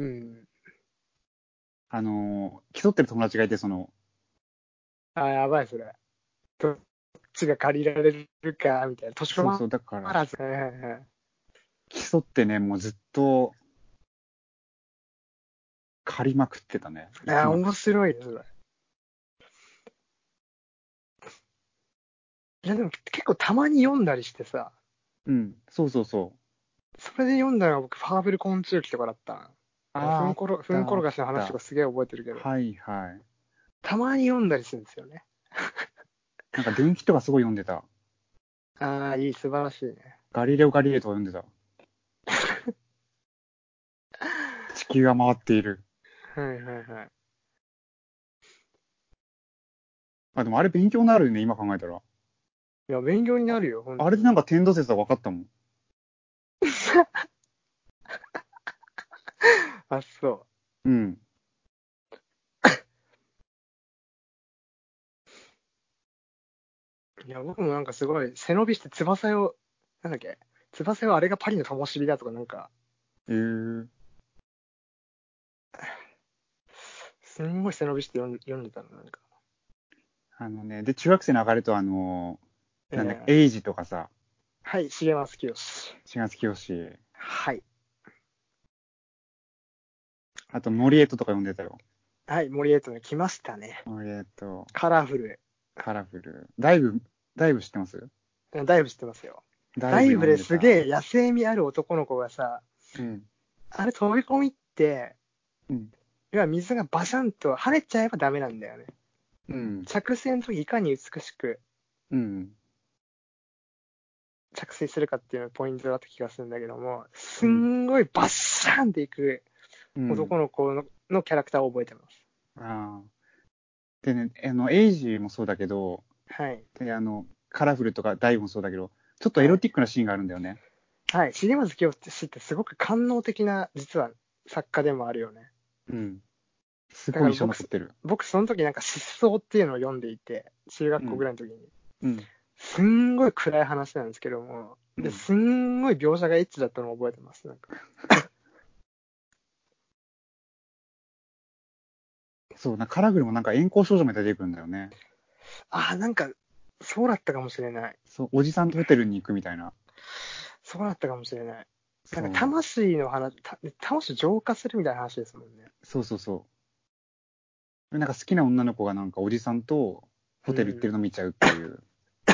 あのー競ってる友達がいて、その、 あ、やばい、それ。どっちが借りられるか、みたいな。図書そうそう、 館だから、 あらず。はいはいはい。 競ってね、もうずっと借りまくってたね。行きあ、面まくって。 白いね、それ。いや、でも結構たまに読んだりしてさ、 うん、そうそうそう。 それで読んだのが僕、ファーブル昆虫記とかだったな。 ああの、ふあ、あっんころ、ふんた、あっころがしの話とかた。 すげえ覚えてるけど、 はいはい。 たまに読んだりするんですよね。 なんか電気とかすごい読んでた。 ああ、いい、素晴らしいね。 ガリレオ・ガリレイとか読んでた。地球が回っている。 はいはいはい。 あ、でもあれ勉強になるね、今考えたら。 いや、勉強になるよ、本あれでなん当に。 か天動説は分かったもん。 あ、そうん。 う。いや、僕もなんかすごい、背伸びして翼を、なんだっけ、翼はあれがパリの灯火だとかなんか、 えー、 すんごい背伸びして読ん読んでたの、なんか。 あのね、で、中学生の上がると、あのーなんだっけ、 えー、 エイジとかさ、 はい、重松清。 しがつきよし、 はい。 あと、ノリエットとか読んでたよ。 はい、森エイトに来ましたね。 ノリエット、 カラフル。 カラフル。だいぶ、だいぶ知ってます？ だいぶ知ってますよ。 ダイブ読んでたですげえ野生味ある男の子がさ、 うん。 あれ飛び込みって、 うん。 要は水がバシャンと跳ねちゃえばダメなんだよね。 うん。 着水の時いかに美しくうん。 着水するかっていうのがポイントだった気がするんだけども、すんごいバッシャンっていくうん。 男の子の,、のキャラクターを覚えてます。 ああ。でね、あの、エイジもそうだけど、 はい。 で、あの、カラフルとかダイブもそうだけど、ちょっとエはい。 ロティックなシーンがあるんだよね。 はい。重松清ってってすごく官能的な、実は作家でもあるよね。 うん。すごい印象だから僕、 残ってる。 僕その時なんか失踪っていうのを読んでいて、中学校ぐらいの時に。 うん。 すんごい暗い話なんですけども、で、 うん。 すんごい描写がエッチだったのを覚えてます。なんか。 そう、なんかカラフルもなんか円光少女みたいに出てくるんだよね。 ああ、なんか、そうだったかもしれない。 そう、おじさんとホテルに行くみたいな。 そうだったかもしれない。なんかそう。 魂の話、た魂浄化するみたいな話ですもんね。 そうそうそう。なんか好きな女の子がなんかおじさんとホテル行ってるの見ちゃうっていう。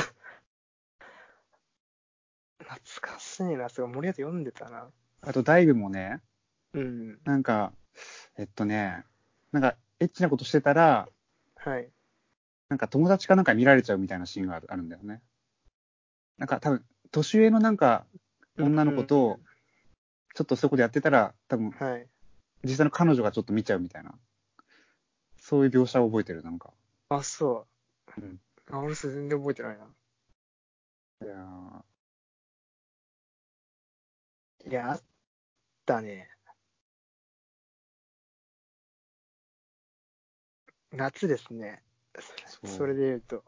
懐かしいな。すごい森保読んでたな。 あとダイブもね、 うん。 なんか、えっとね、なんかエッチなことしてたら、 はい。 なんか友達かなんか見られちゃうみたいなシーンがあるあるんだよね。なんか多分、年上のなんか女の子と、 うん。 ちょっとそういうことやってたら、多分、 はい。 実際の彼女がちょっと見ちゃうみたいな。そういう描写を覚えてる、なんか。 あ、そうん。 う。あ、俺それ全然覚えてないな。 いやーいや、あったね。夏ですね。それそう。 で言うと。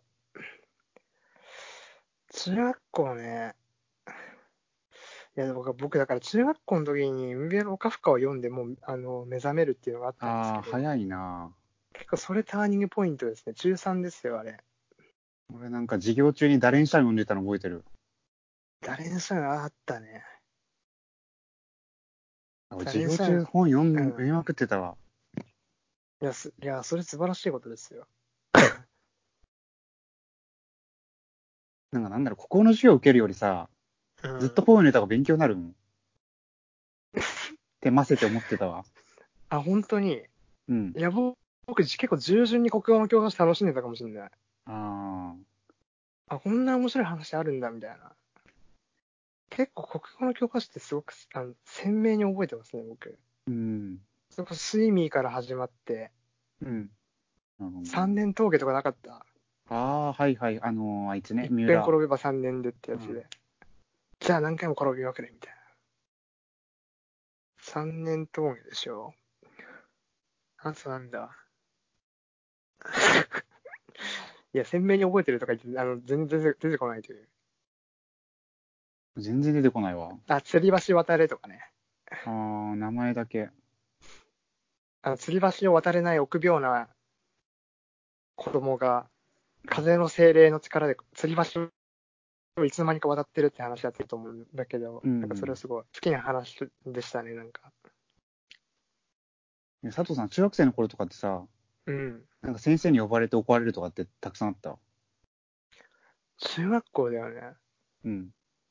中学校ね。いや、僕僕だから中学校の時に海辺のカフカを読んでもう、あの、目覚めるっていうのがあったんですああ、 けど、 早いな。 結構それターニングポイントですね。中さんですよ、あれ。 俺なんか授業中にダレンシャン読んでたの覚えてる。 誰にしたらあったね。 あ俺授業誰にしたら、 中本読うん。 ん読みまくってたわ。 いや、すいや、それ素晴らしいことですよ。 なんかなんだろう、国語の授業受けるよりさ、 うん。 ずっと本読んでた方が勉強になるんってませて思ってたわ。 あ、本当に。 うん。 いや、僕、僕結構従順に国語の教科書楽しんでたかもしれない。 ああ、こんな面白い話あるんだ、みたいな。結構国語の教科書ってすごくあの鮮明に覚えてますね、僕。 ー、うん。 それこそスイミーから始まって、 うん。なるほどね。 さんねん峠とかなかった。 ああ、はいはい。あのーあいつね、 いっ三浦。 ぺん転べばさんねんでってやうん。 つで。じゃあ何回も転びまくれ、みたいな。さんねん峠でしょ。あとなんだ。いや、鮮明に覚えてるとか言って、あの、全然出て出てこないという。 全然出てこないわ。 あ、吊り橋渡れとかね。 ああ、名前だけ。 あの、吊り橋を渡れない臆病な子供が、風の精霊の力で吊り橋をいつの間にか渡ってるって話だったと思うんだけど、 うなんかそれはんすごい好きな話でしたね、なんか。 うん。佐藤さん、中学生の頃とかってさ、 うん。 なんか先生に呼ばれて怒られるとかってたくさんあった？ 中学校だよね。 うん。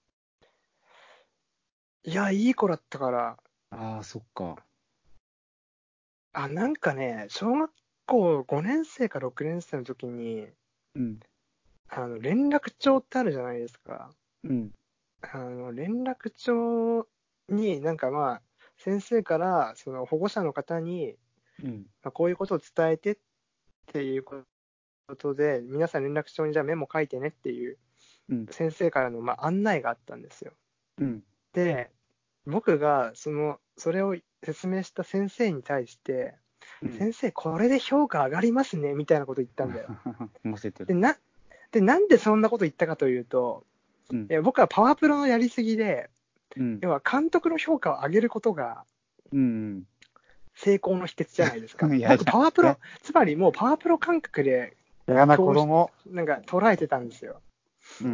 いや、いい子だったから、 ああ、そっか。 あ、なんかね、小学校ごねん生かろくねん生の時に、 うん。 あの、連絡帳ってあるじゃないですか。 うん。 あの、連絡帳になんかまあ、先生からその保護者の方に、 うん。 まあ、こういうことを伝えてっていうことで、皆さん連絡帳にじゃあメモ書いてねっていううん。 先生からのまあ案内があったんですよ。 うん。 で、僕がその、それを説明した先生に対して、 うん。 先生、これで評価上がりますねみたいなこと言ったんだよ。 載せてる。 で、な、で、なんでそんなこと言ったかというと、 うん。 いや僕はパワープロのやりすぎで、 うん。 要は監督の評価を上げることがうん。 成功の秘訣じゃないですか。 いやい僕、パワープや、いロ、つまりもうパワープロ感覚でや、嫌な子教師、 供。 なんか捉えてたんですよ。 うん。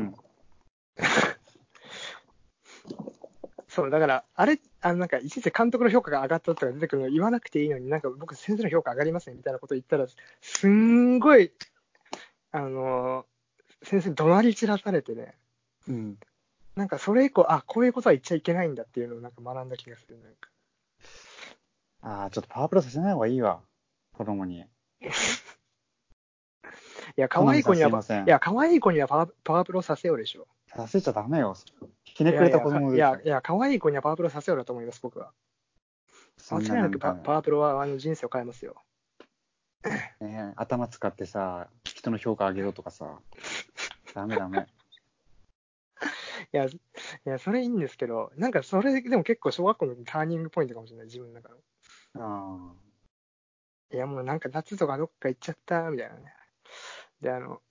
そう、だから、あれ、あの、なんか、いちいち監督の評価が上がったとか出てくるの言わなくていいのに、なんか僕、先生の評価上がりますね、みたいなこと言ったら、すんごい、あのー先生に怒鳴り散らされてね、 うん。 なんかそれ以降、あ、こういうことは言っちゃいけないんだっていうのをなんか学んだ気がする。なんかああ、ちょっとパワープロさせない方がいいわ。子供に。 いや、可好みさん愛い子には、いすいません。 や、可愛い子にはパワーパワープロさせようでしょ。 させちゃダメよ。ひねくれたいやいや、 子供できた。 かいや、いや、可愛い子にはパワープロさせようだと思います、僕は。間違そんないなくパ、 なんか、 パワープロはあの人生を変えますよ。 ね、頭使ってさ、人の評価上げろとかさ。ダメダメ。 いや、いや、それいいんですけど、なんかそれでも結構小学校のターニングポイントかもしれない、自分の中の。 あいや、もうなんか夏とかどっか行っちゃった、みたいなね。で、あの、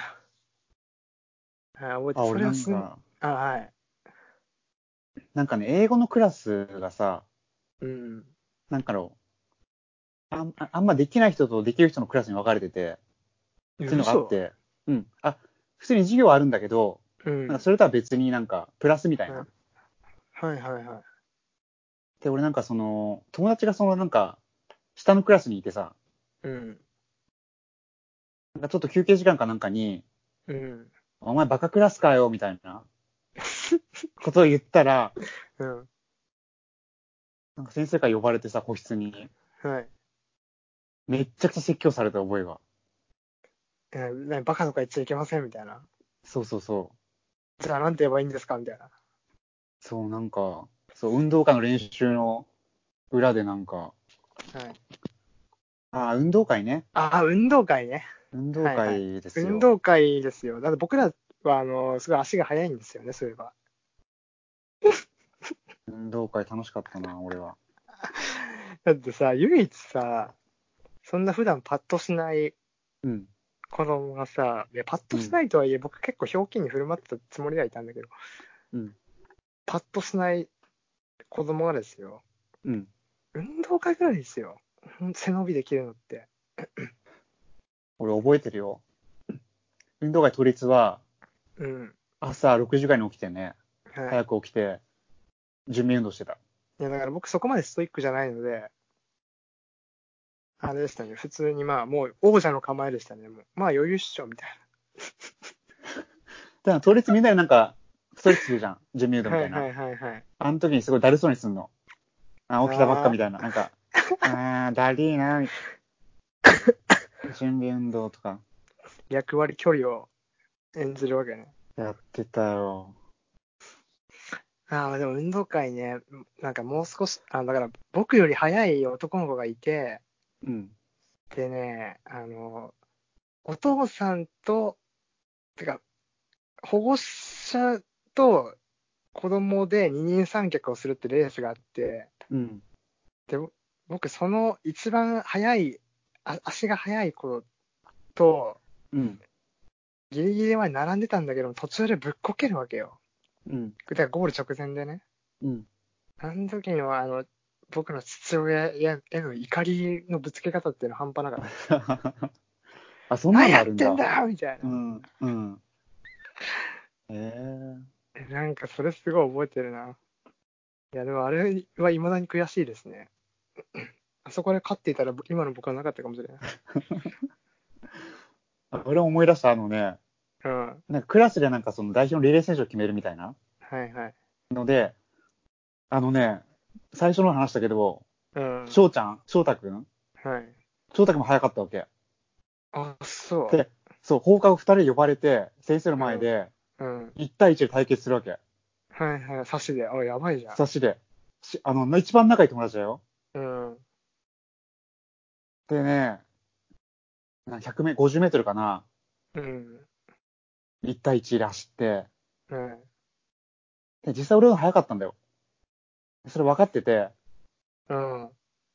あ、覚えあ。 て、 あ、俺それはすん、 なんか、 あ、はい。 なんかね、英語のクラスがさ、 うん。 なんかの、あん、ああんまできない人とできる人のクラスに分かれてて、 え、 っていうのがあっ嘘。 て、うん。あ、普通に授業はあるんだけど、 うん。 なんかそれとは別になんか、プラスみたいはいな。 はいはいはい。 で、俺なんかその、友達がそのなんか、下のクラスにいてさ、 うん。 なんかちょっと休憩時間かなんかに、 うん。 お前バカクラスかよ、みたいなことを言ったら、 うん。 なんか先生から呼ばれてさ、個室に。 はい。 めっちゃくちゃ説教された覚えが。 え、なバカとか言っちゃいけませんみたいな。 そうそうそう。 じゃあなんて言えばいいんですかみたいな。 そう、なんか、そう、運動会の練習の裏でなんか、 はい。 ああ、運動会ね。 あ、運動会ね。 運動はいはい。 会ですよ。 運動会ですよ。だって僕らは、あの、すごい足が速いんですよね、そういえば。 運動会楽しかったな、俺は。 だってさ、唯一さ、そんな普段パッとしないうん、 子供がさ、いや、パッとしうん、 ないとはいえ、僕結構ひょうきんに振る舞ってたつもりではいたんだけど、 うん、 パッとしない子供がですよ、 うん。 運動会ぐらいですよ。ほん背伸びできるのって。 俺覚えてるよ。運動会当日は、 うん。 朝ろくじぐらいに起きてね、 はい。 早く起きて、準備運動してた。 いや、だから僕そこまでストイックじゃないので、あれでしたね。普通にまあ、もう王者の構えでしたね。もうまあ余裕っしょ、みたいだから当日みんなでなんか、ストレッチするじゃん。準備運動な。 みたいな。 はいはいはいはい。 あの時にすごいだるそうにすんの。あ、起きたばっかああ、 みたいな。なんか、あー、だりーな、準備運動とか。 役割距離を演じるわけね。 やってたよ。 ああ、でも運動会ね、なんかもう少し、あだから僕より早い男の子がいて、 うん。 でね、あの、お父さんと、てか、保護者と子供で二人三脚をするってレースがあって、 うん。 で、僕その一番早い、あ足が速い子と、 うん。 ギリギリまで並んでたんだけど、途中でぶっこけるわけよ。 うん。 だからゴール直前でね。 うん。 あの時のあの、僕の父親への怒りのぶつけ方っていうのは半端なかったです。 あ、そんな何やのあるんだ。 ってんだよみたいな。 うん。うん。ええなんかそれすごい覚えてるな。いや、でもあれは未だに悔しいですね。あそこで勝っていたら今の僕はなかったかもしれない。 あ、俺思い出した、あのね、 うん。 なんかクラスでなんかその代表のリレー選手を決めるみたいなはいはい。 ので、あのね、最初の話したけど、 うん。 翔ちゃん、翔太くんはい。 翔太くんも早かったわけ。 あ、そで、そう、放課後二人呼ばれて、先生のう。うん。 前で、 うん。 一対一で対決するわけ。 はいはい。差しで。あ、やばいじゃん。 差しで。しあの、一番仲いい友達だよ。 うん。 でね、なひゃくメ、ごじゅうメートルかな。 うん。 一対一で走って、 うん。 で、実際俺の方が早かったんだよ。それ分かってて、 うん。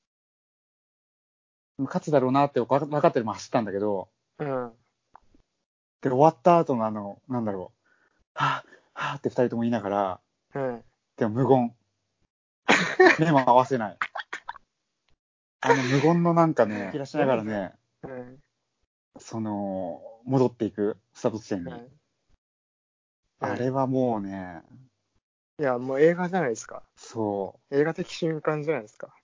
勝つだろうなって分か分かってるまま走ったんだけど、 うん。 で、終わった後のあの、なんだろう、はぁ、はぁって二人とも言いながら、 うん。 でも無言。目も合わせない。あの無言のなんかね、気らしながらね、 うん。 その、戻っていく、スタート地点に。 うん。うん。 あれはもうね、 いや、もう映画じゃないですか。 そ映画的瞬間じゃないですか。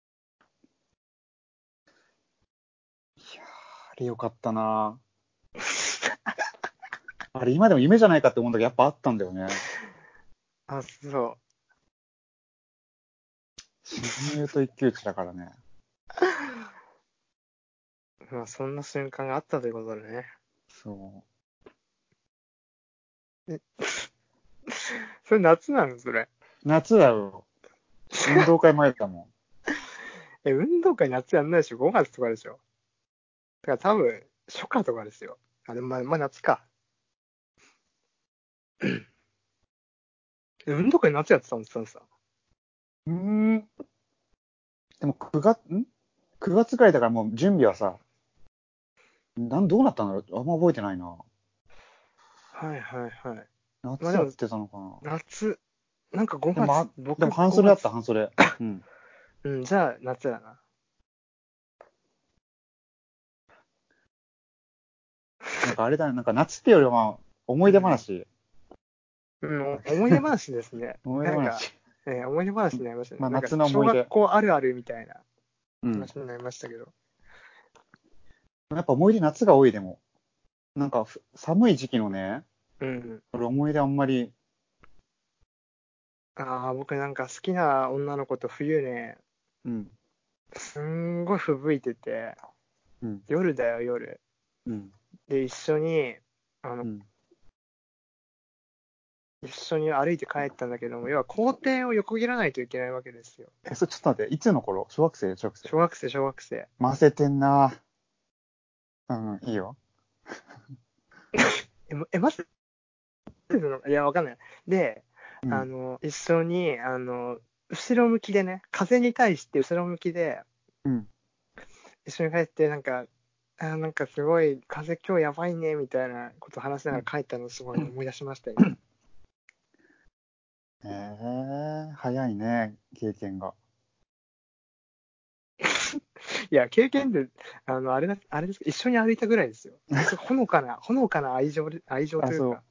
う。いやー、あれよかったな。あれ今でも夢じゃないかって思うんだけど、やっぱあったんだよね。 あ、そ親友と一騎打ちだからね。 う。まあ、そんな瞬間があったということでね。 そそれ夏なのそれ。 う。夏だよ。運動会前だもえ、運動会夏やんないでしょ？ ご 月とかでしょ？だから多分、初夏とかですよ。あ、でもまあ、まあ夏か。え運動会夏やってたんですかさ。 ん。うーん。でもくがつ、ん ?く 月ぐらいだからもう準備はさ、なん、どうなったんだろうあんま覚えてないな。 はいはいはい。まあでも、 夏やってたのかな。 夏、なんか5 でも、 月、 あ、でも僕5 半袖だった、 月、 半袖。うん。 うん、じゃあ夏だな。 なんかあれだね、なんか夏っていうよりはまあ、思い出話。 うん、思い出話ですね。 思い出なんか、 話。 えー思い出話になりましたね。 まあ、 なんか、 夏の小思い出。 学校あるあるみたいなうん。 話になりましたけど。 やっぱ思い出夏が多い、でも。なんかふ、寒い時期のね、 うん。 俺思い出あんまり、 ああ、僕なんか好きな女の子と冬ね、 うん、 すんごい吹雪いてて、 うん、 夜だよ、夜。 うん、 で、一緒に、あの、 うん。 一緒に歩いて帰ったんだけども、要は校庭を横切らないといけないわけですよ。 え、それちょっと待って、いつの頃小学生小学生小学生、小学生。 ませてんな。うん、いいよ。 え、まえまず、いや、わかんない。で、 うん、 あの、一緒に、あの、後ろ向きでね、風に対して後ろ向きで、 うん。 一緒に帰って、なんか、あなんかすごい、風今日やばいね、みたいなこと話しながら帰ったのすごい思い出しました、今。 えー、早いね、経験が。 いや、経験で、あの、あれだ、あれです一緒に歩いたぐらいですよ。すごいほのかな、ほのかな愛情で、愛情とあ、 いうか、 そう。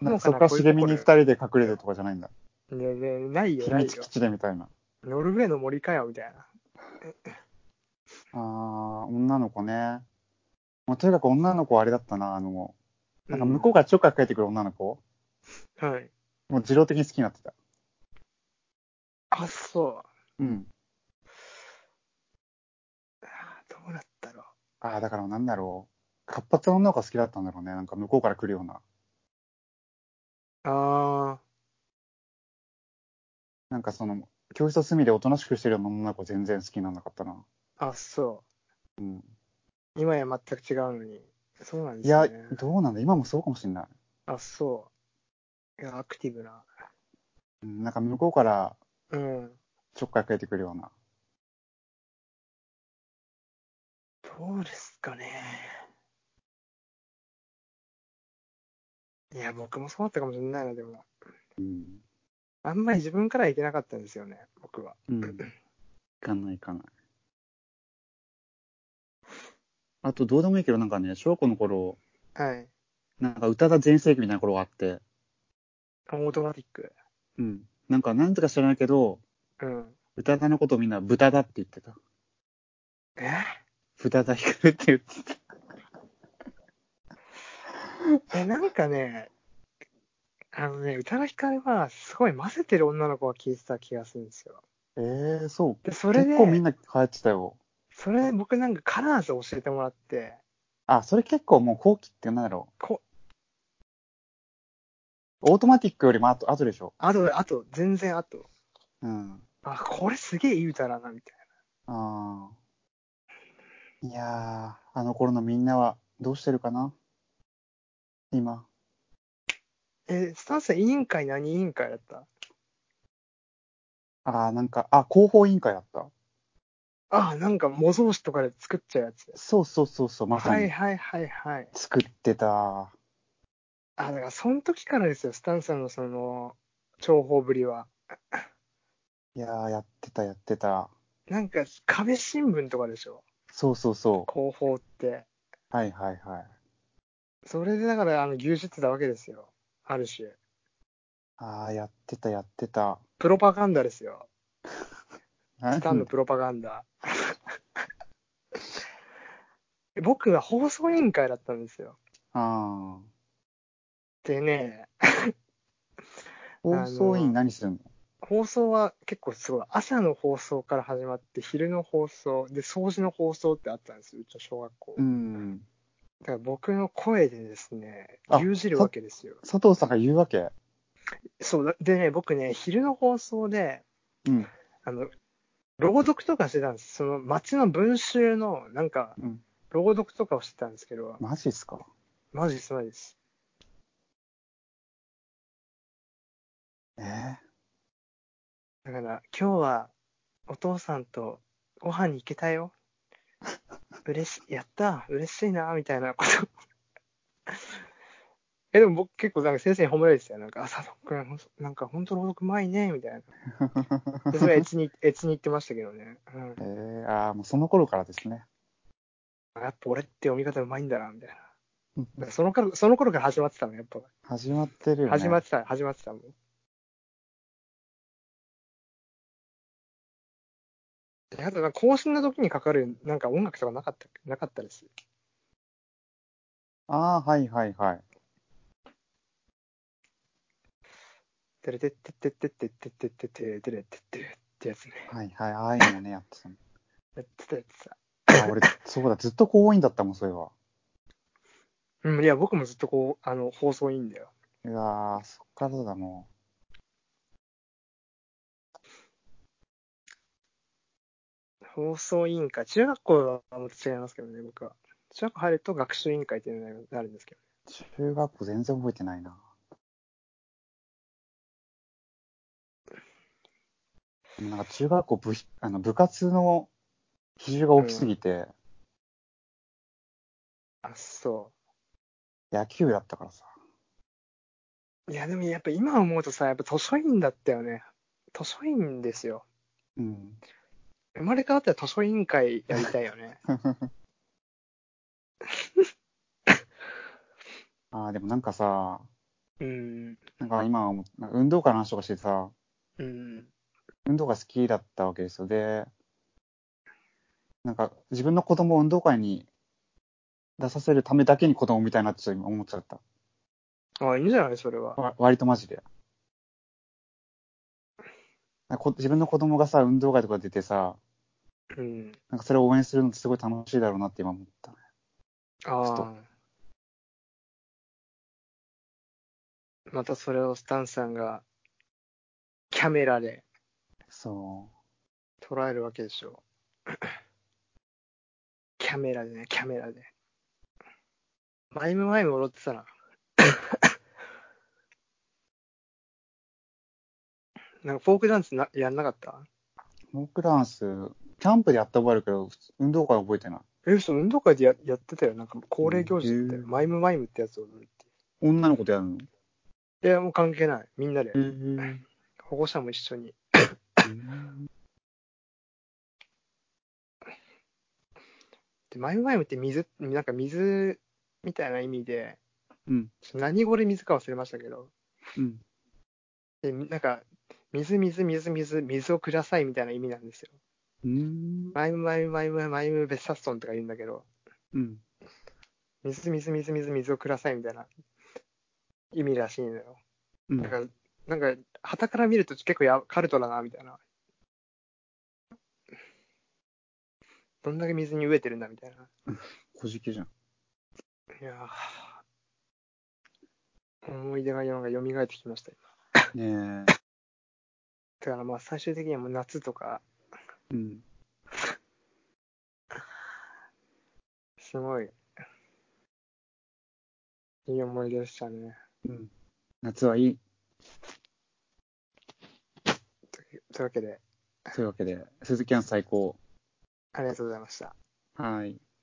なんかそっほのかなから茂みに二恋心で人で隠れてとかじゃないんだ。 ねね、ないよ、ないよ。 秘密基地でみたいな。 ノルウェーの森かよ、みたいな。 あー、女の子ね。もうとにかく女の子はあれだったな、あの、なんか向こううん。 からちょっかいかけてくる女の子、 はい。 もう自動的に好きになってた。 あ、そう。 うん。 あどうなったろああ、だからなんだろう。活発な女の子が好きだったんだろうね。なんか向こうから来るような。 う。あなんかその、教室の隅でおとなしくしてるような女の子全然好きにならなかったな。 あ、あ、そうん。 う。今や全く違うのに。そうなんでいや、 すね。 どうなんだ。今もそうかもしんない。 あ、そう。いや、アクティブな。 うん、なんか向こうからうん。 ちょっかいかけてくるような。 どうですかね。いや、僕もそうだったかもしれないな、でも。 うん。 あんまり自分からはいけなかったんですよね、僕は。 うん。いかないいかない。あと、どうでもいいけど、なんかね、小学校の頃、 はい。 なんか宇多田全盛期みたいな頃があって、 オートマティック。 うん。なんか、なんとか知らないけど、 うん。 宇多田のことをみんな豚だって言ってた。 え宇多田ヒカルって言ってた。 え、なんかね、あのね、宇多田ヒカルは、すごい混ぜてる女の子が聴いてた気がするんですよ。 ええー、そう。 で、それ結構みんで、 な流行ってたよ。 それで僕なんかカラーズ教えてもらって、 あ、それ結構もう後期ってなんだろこ、 う。オートマティックよりも後、後でしょ。 あと、あと、全然あと、 うん。 あ、これすげえいい歌だな、みたいああ。いやー、あの頃のみんなはどうしてるかな今。 な。え、スタンス委員会何委員会だった？ ああ、なんか、あ、広報委員会だった。 あ、なんか模造紙とかで作っちゃうやつ。 そうそうそうそう、まさはいに。 はいはいはい。 作ってた。 あ、だからその時からですよ、スタンさんのその、重宝ぶりは。 いやー、やってた、やってた。 なんか壁新聞とかでしょ、 そうそうそう。 広報って。 はいはいはい。 それでだからあの牛耳ってたわけですよ。ある種。 ああ、やってた、やってた。 プロパガンダですよ。スタンなんのプロパガンダ。僕は放送委員会だったんですよ。 あでね、 放送委員何するの？ 放送は結構すごい、朝の放送から始まって、昼の放送、で、掃除の放送ってあったんですよ、うちの小学校。 うん。 だから僕の声でですね、 あ牛耳るわけですよ。 佐藤さんが言うわけ？ そうだ、でね、僕ね、昼の放送で、 うん。 あの、朗読とかしてたんです。その街の文集の、なんか、 うん。 朗読とかをしてたんですけど、 マジっすか？ マジです、マジです。 えー、 だから、今日はお父さんとご飯に行けたよ。嬉しい、やった、嬉しいな、みたいなこと。え、でも僕結構なんか先生に褒められてたよ。なんか、あ、佐藤君、なんか本当朗読うまいね、みたいな。でそれは越に、越に言ってましたけどね。うん。 えー、ああ、もうその頃からですね。 やっぱ俺って読み方うまいんだな、みたいな。だからその頃、その頃から始まってたの、やっぱ。 始まってるよね。 始まってた、始まってたもん。であと、なんか更新の時にかかる、なんか音楽とかなかった、なかったです。 ああ、はいはいはい。 てれてってってってってってってってってってってってやつね。 はいはい、ああいうのもね、やってたの。 やってたやつさ。 あ、俺、そうだ、ずっと公員だったもん、そういえば。 うん、いや、僕もずっとこう、あの、放送いいんだよ。 いやー、そっからだ、も放送委員会、中学校はもっと違いますけどね、僕は。中学校入ると学習委員会っていうのになるんですけど。 う。中学校全然覚えてないな。でもなんか中学校部、あの部活の比重が大きすぎて、うん、 あ、そ野球部だったからさ。 う。いや、でもやっぱ今思うとさ、やっぱ図書委員だったよね。図書委員ですよ。 うん。 生まれ変わったら図書委員会やりたいよね。 ああ、でもなんかさ、 うん。 なんか今思っ、なんか運動会の話とかしてさ、 うん。 運動会好きだったわけですよ。で、なんか自分の子供を運動会に出させるためだけに子供みたいなってちょっと今思っちゃった。 あ、いいんじゃないそれは。 わ割とマジで。なんかこ自分の子供がさ、運動会とか出てさ、 うん。 なんかそれを応援するのってすごい楽しいだろうなって今思ったね。ふと。 ああ、またそれをスタンさんがキャメラでそ捉えるわけでしょう。キャメラでね、キャメラで。マイムマイム踊ってたな。なんかフォークダンスなやんなかった？ う。フォークダンス、キャンプでやった覚えあるけど、運動会覚えてない。 え、嘘、運動会でややってたよ。なんか恒例行へ事だったよ。 え。 マイムマイムってやつを踊るって。 女の子とやるの？ いや、もう関係ない。みんなで。 へえ。 保護者も一緒に。 うん。 で、マイムマイムって水、なんか水みたいな意味で、 うん。 何語で水か忘れましたけど、 うん。 で、なんか、水、水、水、水、水をくださいみたいな意味なんですよ。 うん。 マイムマイムマイムマイムベッサッソンとか言うんだけど、 うん。 水、水、水、水、水をくださいみたいな意味らしいのよ。 うん。 だから、なんか、旗から見ると結構やカルトだな、みたいな。どんだけ水に飢えてるんだ、みたいな。 小じきじゃん。 いやー、思い出がなんか蘇ってきました、 ねえ。 だからまあ最終的にはもう夏とか、 うん。 すごいいい思い出でしたね。 うん。夏はいい。 というというわけで、 というわけで、鈴木杏最高。 ありがとうございました。 はい。